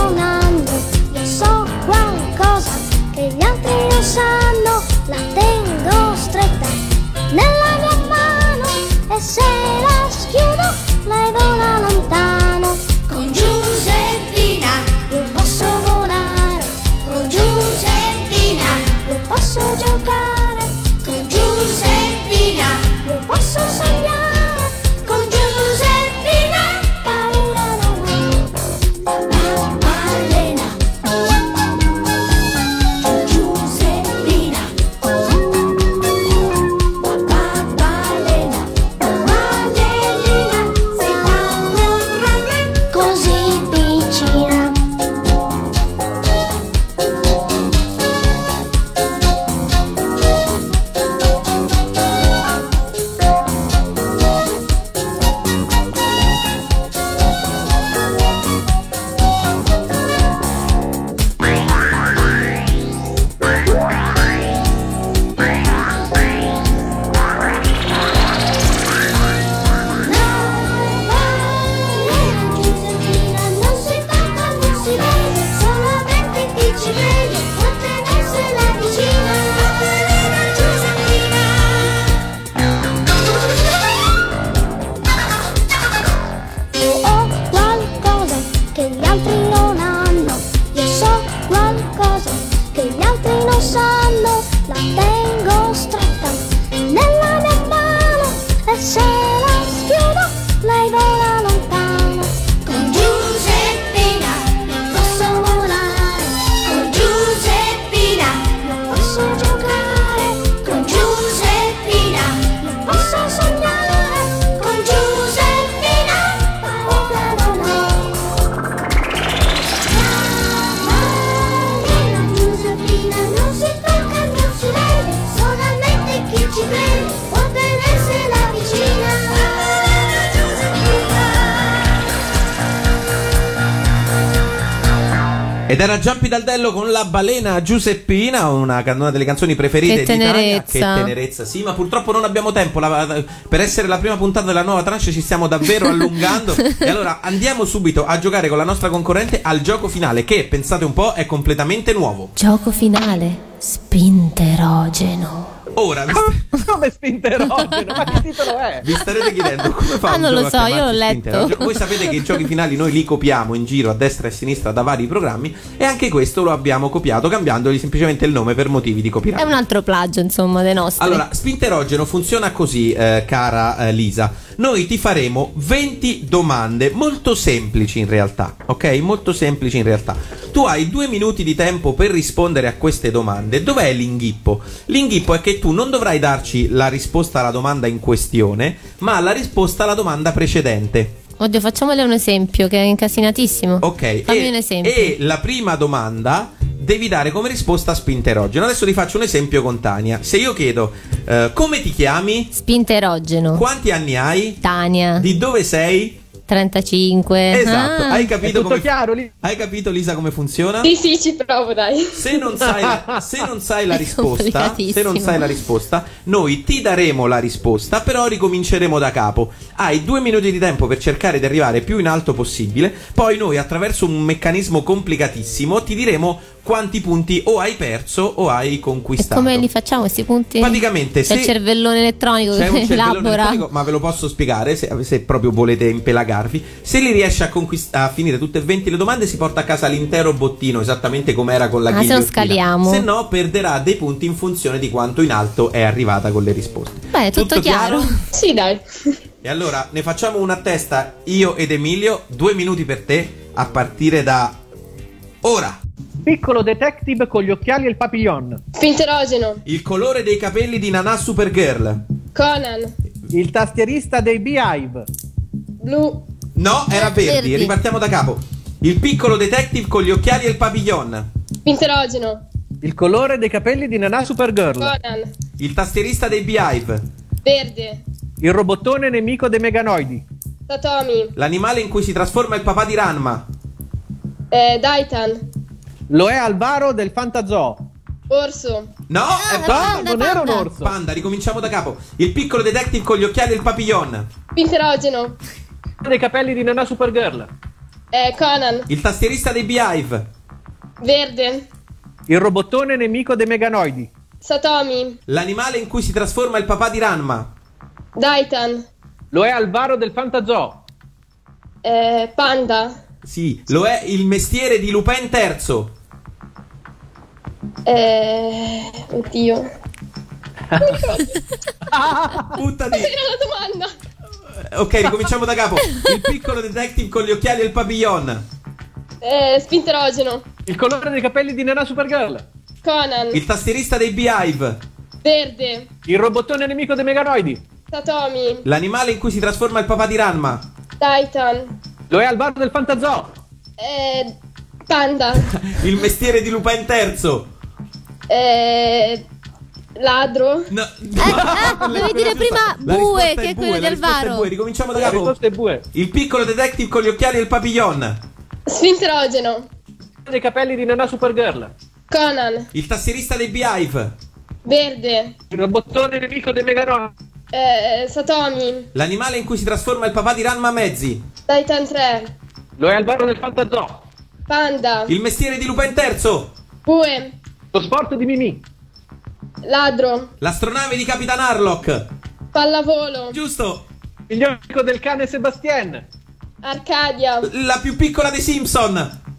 S3: Ed era Giampi Daldello con La balena Giuseppina, una delle canzoni preferite di Italia. Che tenerezza. Sì, ma purtroppo non abbiamo tempo. Per essere la prima puntata della nuova tranche ci stiamo davvero allungando. E allora andiamo subito a giocare con la nostra concorrente al gioco finale, che, pensate un po', è completamente nuovo.
S5: Gioco finale, spinterogeno.
S3: Ora
S4: come spinterogeno? Ma che titolo è?
S3: Vi starete chiedendo come fa un
S5: non
S3: gioco
S5: lo so,
S3: a
S5: io l'ho letto.
S3: Voi sapete che i giochi finali noi li copiamo in giro a destra e a sinistra da vari programmi, e anche questo lo abbiamo copiato cambiandogli semplicemente il nome per motivi di copyright.
S5: È un altro plagio, insomma, dei nostri.
S3: Allora, spinterogeno funziona così, cara Lisa. Noi ti faremo 20 domande molto semplici in realtà, ok? Molto semplici in realtà. Tu hai 2 minuti di tempo per rispondere a queste domande. Dov'è l'inghippo? L'inghippo è che tu non dovrai darci la risposta alla domanda in questione, ma la risposta alla domanda precedente.
S5: Oddio, facciamole un esempio che è incasinatissimo.
S3: Ok,
S5: fammi un esempio.
S3: E la prima domanda devi dare come risposta spinterogeno. Adesso ti faccio un esempio con Tania. Se io chiedo come ti chiami?
S5: Spinterogeno.
S3: Quanti anni hai?
S5: Tania.
S3: Di dove sei?
S5: 35.
S3: Esatto, hai capito
S4: è tutto chiaro lì?
S3: Hai capito, Lisa, come funziona?
S10: Sì, ci provo, dai.
S3: Se non sai la risposta, noi ti daremo la risposta, però ricominceremo da capo. Hai 2 minuti di tempo per cercare di arrivare più in alto possibile. Poi noi, attraverso un meccanismo complicatissimo, ti diremo quanti punti o hai perso o hai conquistato.
S5: E come li facciamo questi punti?
S3: Praticamente
S5: c'è il cervellone elettronico
S3: c'è
S5: che
S3: un cervellone
S5: elabora.
S3: elettronico, ma ve lo posso spiegare se proprio volete impelagarvi. Se li riesce a finire tutte e 20 le domande, si porta a casa l'intero bottino, esattamente come era con la ghigliottina.
S5: Se non scaliamo.
S3: Se no, perderà dei punti in funzione di quanto in alto è arrivata con le risposte.
S5: Beh, tutto chiaro?
S10: Sì, dai.
S3: E allora ne facciamo una a testa, io ed Emilio. 2 minuti per te a partire da ora.
S4: Piccolo detective con gli occhiali e il papillon.
S10: Spinterogeno.
S3: Il colore dei capelli di Nana Supergirl.
S10: Conan.
S4: Il tastierista dei Beehive.
S10: Blu.
S3: No, era verdi. Ripartiamo da capo. Il piccolo detective con gli occhiali e il papillon.
S10: Spinterogeno.
S4: Il colore dei capelli di Nana Supergirl.
S10: Conan.
S3: Il tastierista dei Beehive.
S10: Verde.
S4: Il robottone nemico dei meganoidi.
S10: Satomi.
S3: L'animale in cui si trasforma il papà di Ranma.
S10: Daitan.
S4: Lo è Alvaro del Fantazoo.
S10: Orso.
S3: No, è Panda.
S4: Non era un orso.
S3: Panda, ricominciamo da capo. Il piccolo detective con gli occhiali e il papillon.
S10: Spinterogeno.
S4: Dei capelli di Nana Supergirl.
S10: Conan.
S3: Il tastierista dei Beehive.
S10: Verde.
S4: Il robottone nemico dei meganoidi.
S10: Satomi.
S3: L'animale in cui si trasforma il papà di Ranma.
S10: Daitan.
S4: Lo è Alvaro del Fantazoo.
S10: Panda.
S3: Sì, lo è il mestiere di Lupin III.
S10: Oddio.
S3: Buttati.
S10: Era la domanda.
S3: Ok, ricominciamo da capo. Il piccolo detective con gli occhiali e il papillon.
S10: Spinterogeno.
S4: Il colore dei capelli di Nana Supergirl.
S10: Conan.
S3: Il tastierista dei Beehive.
S10: Verde.
S4: Il robottone nemico dei meganoidi.
S10: Satomi.
S3: L'animale in cui si trasforma il papà di Ranma.
S10: Daitan.
S4: Lo è Alvaro del Fantazoo.
S10: Panda.
S3: Il mestiere di Lupin III.
S10: Ladro.
S3: No.
S5: Devi dire prima Bue, che è quello di Alvaro.
S3: Ricominciamo da capo. Il piccolo detective con gli occhiali e il papillon.
S10: Spinterogeno.
S4: Dei capelli di Nana Supergirl.
S10: Conan.
S3: Il tastierista dei Beehive.
S10: Verde.
S4: Il robottone nemico dei meganoidi.
S10: Satomi.
S3: L'animale in cui si trasforma il papà di Ranma Mezzi.
S10: Daitan 3.
S4: Lo è Alvaro del Fantazoo.
S10: Panda.
S3: Il mestiere di Lupin III.
S10: Bue.
S4: Lo sport di Mimì.
S10: Ladro.
S3: L'astronave di Capitan Harlock.
S10: Pallavolo.
S3: Giusto.
S4: Il amico del cane Sebastien.
S10: Arcadia.
S3: La più piccola dei Simpson.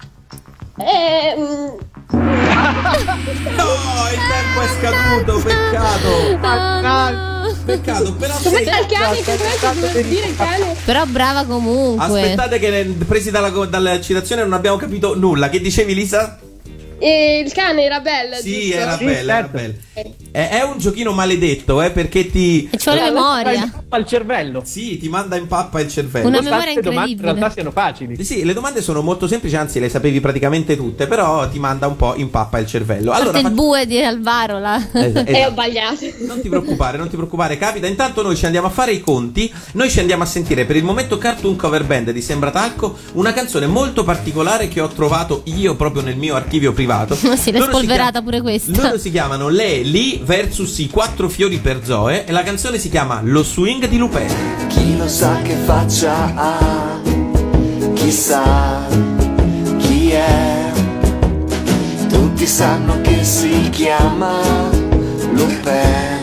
S3: No, il tempo è scaduto, peccato. Peccato, però
S10: come il cane, che dire il cane.
S5: Però brava comunque.
S3: Aspettate che presi dalla citazione non abbiamo capito nulla. Che dicevi, Lisa?
S10: Il cane era bella,
S3: sì,
S10: giusto?
S3: era bella, era bella. È un giochino maledetto, perché ti...
S5: E c'ho la memoria.
S4: Al cervello.
S3: Sì, ti manda in pappa il cervello.
S5: Una memoria
S4: Le domande in
S5: incredibile.
S4: realtà siano facili.
S3: Sì, le domande sono molto semplici, anzi le sapevi praticamente tutte, però ti manda un po' in pappa il cervello. Allora,
S5: il bue di Alvaro là.
S3: Esatto.
S10: Ho sbagliato.
S3: Non ti preoccupare, capita. Intanto noi ci andiamo a fare i conti. Noi ci andiamo a sentire per il momento Cartoon Cover Band di Sembratalco, una canzone molto particolare che ho trovato io proprio nel mio archivio privato.
S5: Sì, l'è spolverata pure questa.
S3: Loro si chiamano Le Li versus i 4 fiori per Zoe e la canzone si chiama Lo swing di Lupin.
S11: Chi lo sa che faccia ha, chissà chi è, tutti sanno che si chiama Lupin.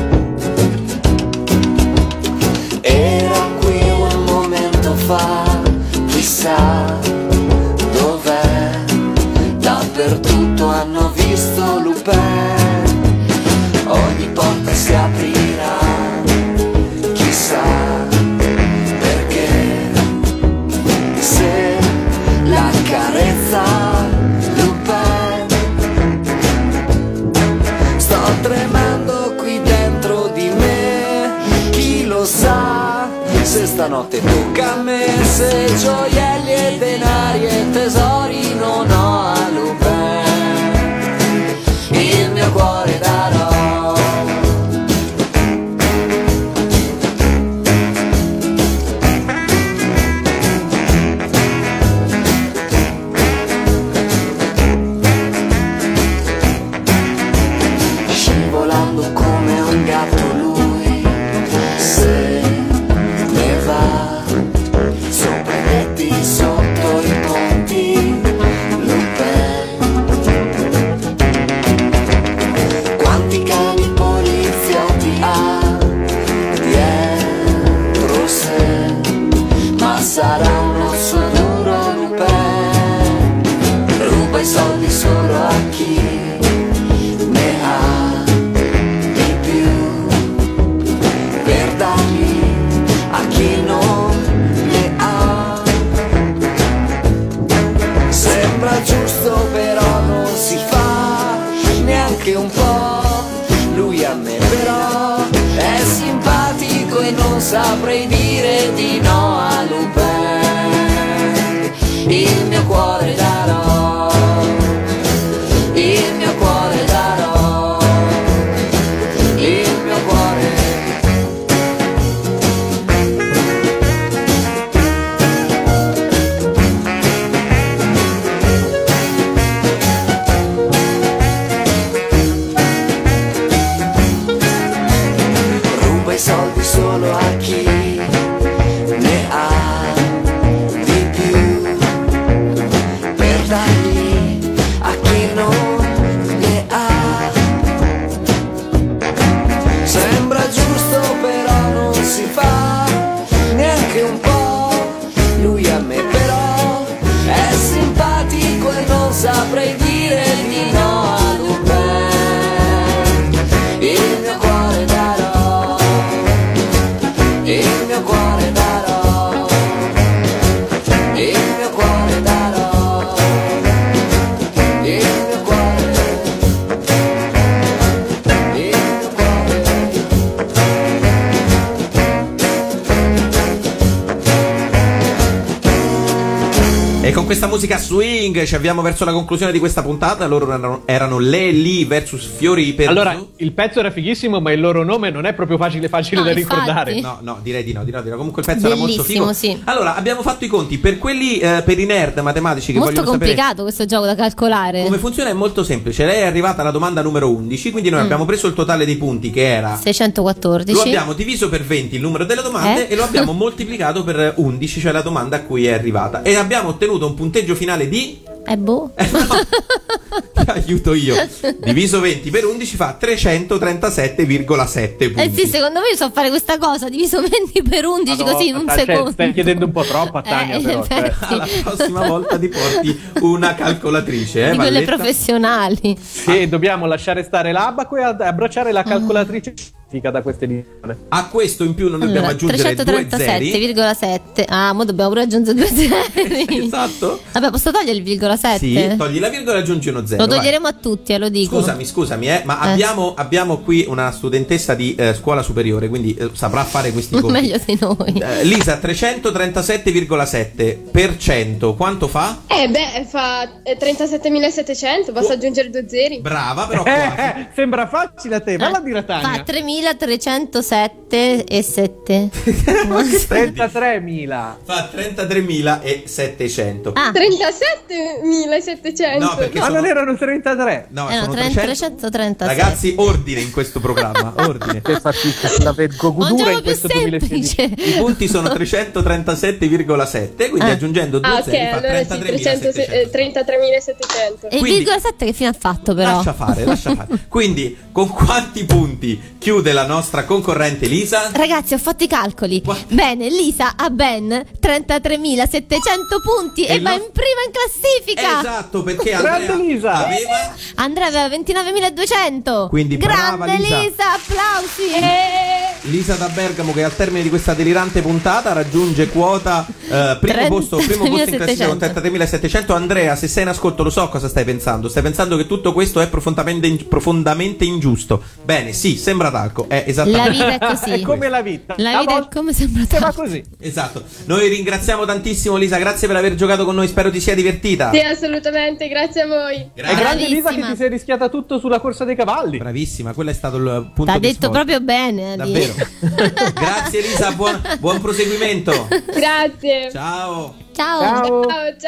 S11: Era qui un momento fa, chissà dov'è, dappertutto hanno visto Lupin, ogni porta si aprirà, chissà perché, se la carezza Lupin, sto tremando qui dentro di me, chi lo sa se stanotte tocca a me, se gioielli e denari e tesori non ho a Lupin, il mio cuore darò. Scivolando come un gatto lui, se ne va sopra i letti, sotto i ponti, Lupin. Quanti cani poliziotti ha dietro sé, ma sarà uno duro Lupin, ruba i soldi solo a chi ne ha di più, per darli a chi non ne ha. Sembra giusto però non si fa neanche un po', lui a me però è simpatico e non saprei dire di no a Lupin, il mio cuore darò, il mio cuore darò, il mio cuore. Ruba i soldi solo a chi ne ha di più, per darli a chi non ne ha. Sembra giusto però non si fa neanche un po', lui a me però è simpatico e non saprei dire di no a Lupin, il mio cuore darò, il mio cuore darò, il mio cuore darò, il mio cuore, il mio cuore.
S3: E con questa musica swing ci avviamo verso la conclusione di questa puntata. Loro erano Le Li versus Fiori per
S4: Allora,
S3: Zoe.
S4: il pezzo era fighissimo, ma il loro nome non è proprio facile
S5: No,
S4: da ricordare.
S5: infatti.
S3: No, direi di no. Comunque il pezzo era molto
S5: Bellissimo,
S3: figo.
S5: sì.
S3: Allora, abbiamo fatto i conti per quelli, per i nerd matematici che
S5: Molto
S3: vogliono sapere
S5: complicato questo gioco da calcolare.
S3: come funziona. È molto semplice. Lei è arrivata alla domanda numero 11, quindi noi abbiamo preso il totale dei punti che era
S5: 614.
S3: lo abbiamo diviso per 20 il numero delle domande e lo abbiamo moltiplicato per 11, cioè la domanda a cui è arrivata, e abbiamo ottenuto un punteggio finale di
S5: boh.
S3: ti aiuto io, diviso 20 per 11 fa 337,7 punti.
S5: Sì, secondo me io so fare questa cosa, diviso 20 per 11 così in un secondo.
S4: Stai chiedendo un po' troppo a Tania, però.
S3: Alla prossima volta ti porti una calcolatrice,
S5: di quelle
S3: Valletta?
S5: professionali.
S4: Sì, dobbiamo lasciare stare l'abaco e abbracciare la calcolatrice da questa edizione.
S3: A questo in più non dobbiamo aggiungere
S5: 337,7. Ah, mo dobbiamo pure aggiungere 2 zeri.
S3: Esatto.
S5: Vabbè, posso togliere il virgola 7?
S3: Sì, togli la virgola e aggiungi uno 0.
S5: Lo toglieremo a tutti, lo dico.
S3: Scusami, ma abbiamo qui una studentessa di scuola superiore, quindi saprà fare questi conti.
S5: Meglio di noi.
S3: Lisa, 337,7%, quanto fa?
S10: Fa 37.700, basta aggiungere 2 zeri.
S3: Brava, però
S4: sembra facile a te, valla a dire a Tania.
S5: Fa 3.307,7.
S4: 33.000.
S3: Fa 33.700.
S10: 37.700.
S3: No, perché
S4: non erano 33.
S3: No,
S5: sono 337.
S3: Ragazzi, ordine in questo programma. Ordine.
S4: Che fatica, la godura in questo 2016.
S3: I punti sono 337,7, quindi aggiungendo 2 zeri fa 33.700.
S5: E il virgola 7 che fine ha fatto però?
S3: Lascia fare. Quindi con quanti punti chiude la nostra concorrente Lisa?
S5: Ragazzi, ho fatto i calcoli. Bene, Lisa ha ben 33.700 punti e va in prima in classifica.
S3: Esatto, perché
S5: Andrea aveva 29.200.
S3: Quindi brava,
S5: grande Lisa, applausi.
S3: Lisa da Bergamo, che al termine di questa delirante puntata raggiunge quota primo posto in classifica con 33.700. Andrea, se sei in ascolto, lo so cosa stai pensando. Stai pensando che tutto questo è profondamente ingiusto. Bene, sì, sembra talco. È esattamente.
S5: La vita è così.
S4: È come la vita.
S5: La vita è come sembra talco.
S4: Così.
S3: Esatto. Noi ringraziamo tantissimo Lisa, grazie per aver giocato con noi, spero ti sia divertita.
S10: Sì, assolutamente, grazie a voi.
S4: È grande Lisa che ti sei rischiata tutto sulla corsa dei cavalli.
S3: Bravissima, quello è stato il punto
S5: T'ha
S3: di
S5: detto
S3: svolta.
S5: proprio bene.
S3: Davvero. Grazie Lisa, buon proseguimento.
S10: Grazie.
S3: Ciao.
S10: Ciao.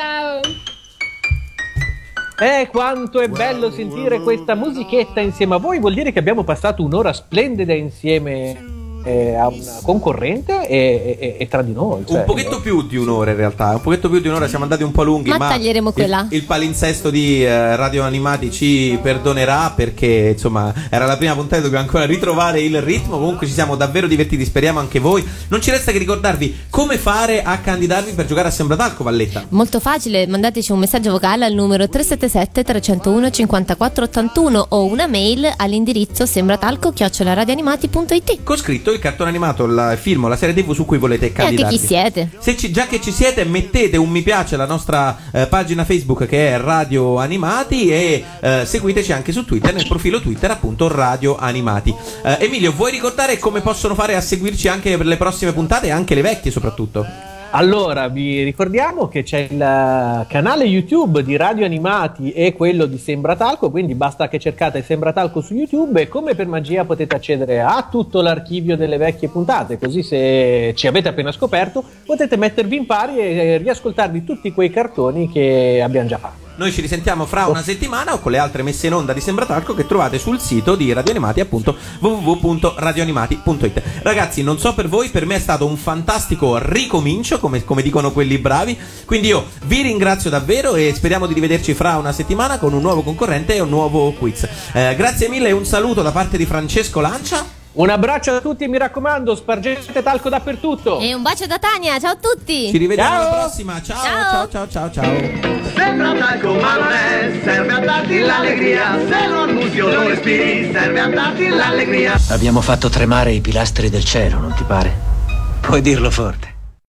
S4: Quanto è bello sentire questa musichetta insieme a voi. Vuol dire che abbiamo passato un'ora splendida insieme a una concorrente e tra di noi.
S3: Un pochetto più di un'ora in realtà. Siamo andati un po' lunghi, ma
S5: taglieremo quella.
S3: Il palinsesto di Radio Animati ci perdonerà, perché insomma era la prima puntata e dobbiamo ancora ritrovare il ritmo. Comunque ci siamo davvero divertiti, speriamo anche voi. Non ci resta che ricordarvi come fare a candidarvi per giocare a Sembratalco, Valletta.
S5: Molto facile, mandateci un messaggio vocale al numero 377 301 5481 o una mail all'indirizzo sembratalco@radioanimati.it
S3: con scritto il cartone animato, il film o la serie TV su cui volete candidarvi.
S5: Anche chi siete.
S3: Già che ci siete, mettete un mi piace alla nostra pagina Facebook, che è Radio Animati, e seguiteci anche su Twitter, nel profilo Twitter appunto Radio Animati. Emilio, vuoi ricordare come possono fare a seguirci anche per le prossime puntate, anche le vecchie soprattutto?
S4: Allora, vi ricordiamo che c'è il canale YouTube di Radio Animati e quello di Sembratalco, quindi basta che cercate Sembratalco su YouTube e come per magia potete accedere a tutto l'archivio delle vecchie puntate, così se ci avete appena scoperto potete mettervi in pari e riascoltarvi tutti quei cartoni che abbiamo già fatto.
S3: Noi ci risentiamo fra una settimana o con le altre messe in onda di Sembratalco che trovate sul sito di Radio Animati, appunto www.radioanimati.it. Ragazzi, non so per voi, per me è stato un fantastico ricomincio, come dicono quelli bravi, quindi io vi ringrazio davvero e speriamo di rivederci fra una settimana con un nuovo concorrente e un nuovo quiz. Grazie mille e un saluto da parte di Francesco Lancia.
S4: Un abbraccio a tutti e mi raccomando, spargete talco dappertutto.
S5: E un bacio da Tania, ciao a tutti.
S3: Ci rivediamo alla prossima. Ciao.
S11: Sembra talco ma non è, serve a darti l'allegria. Se lo annusi o lo respiri, serve a darti l'allegria.
S17: Abbiamo fatto tremare i pilastri del cielo, non ti pare? Puoi dirlo forte.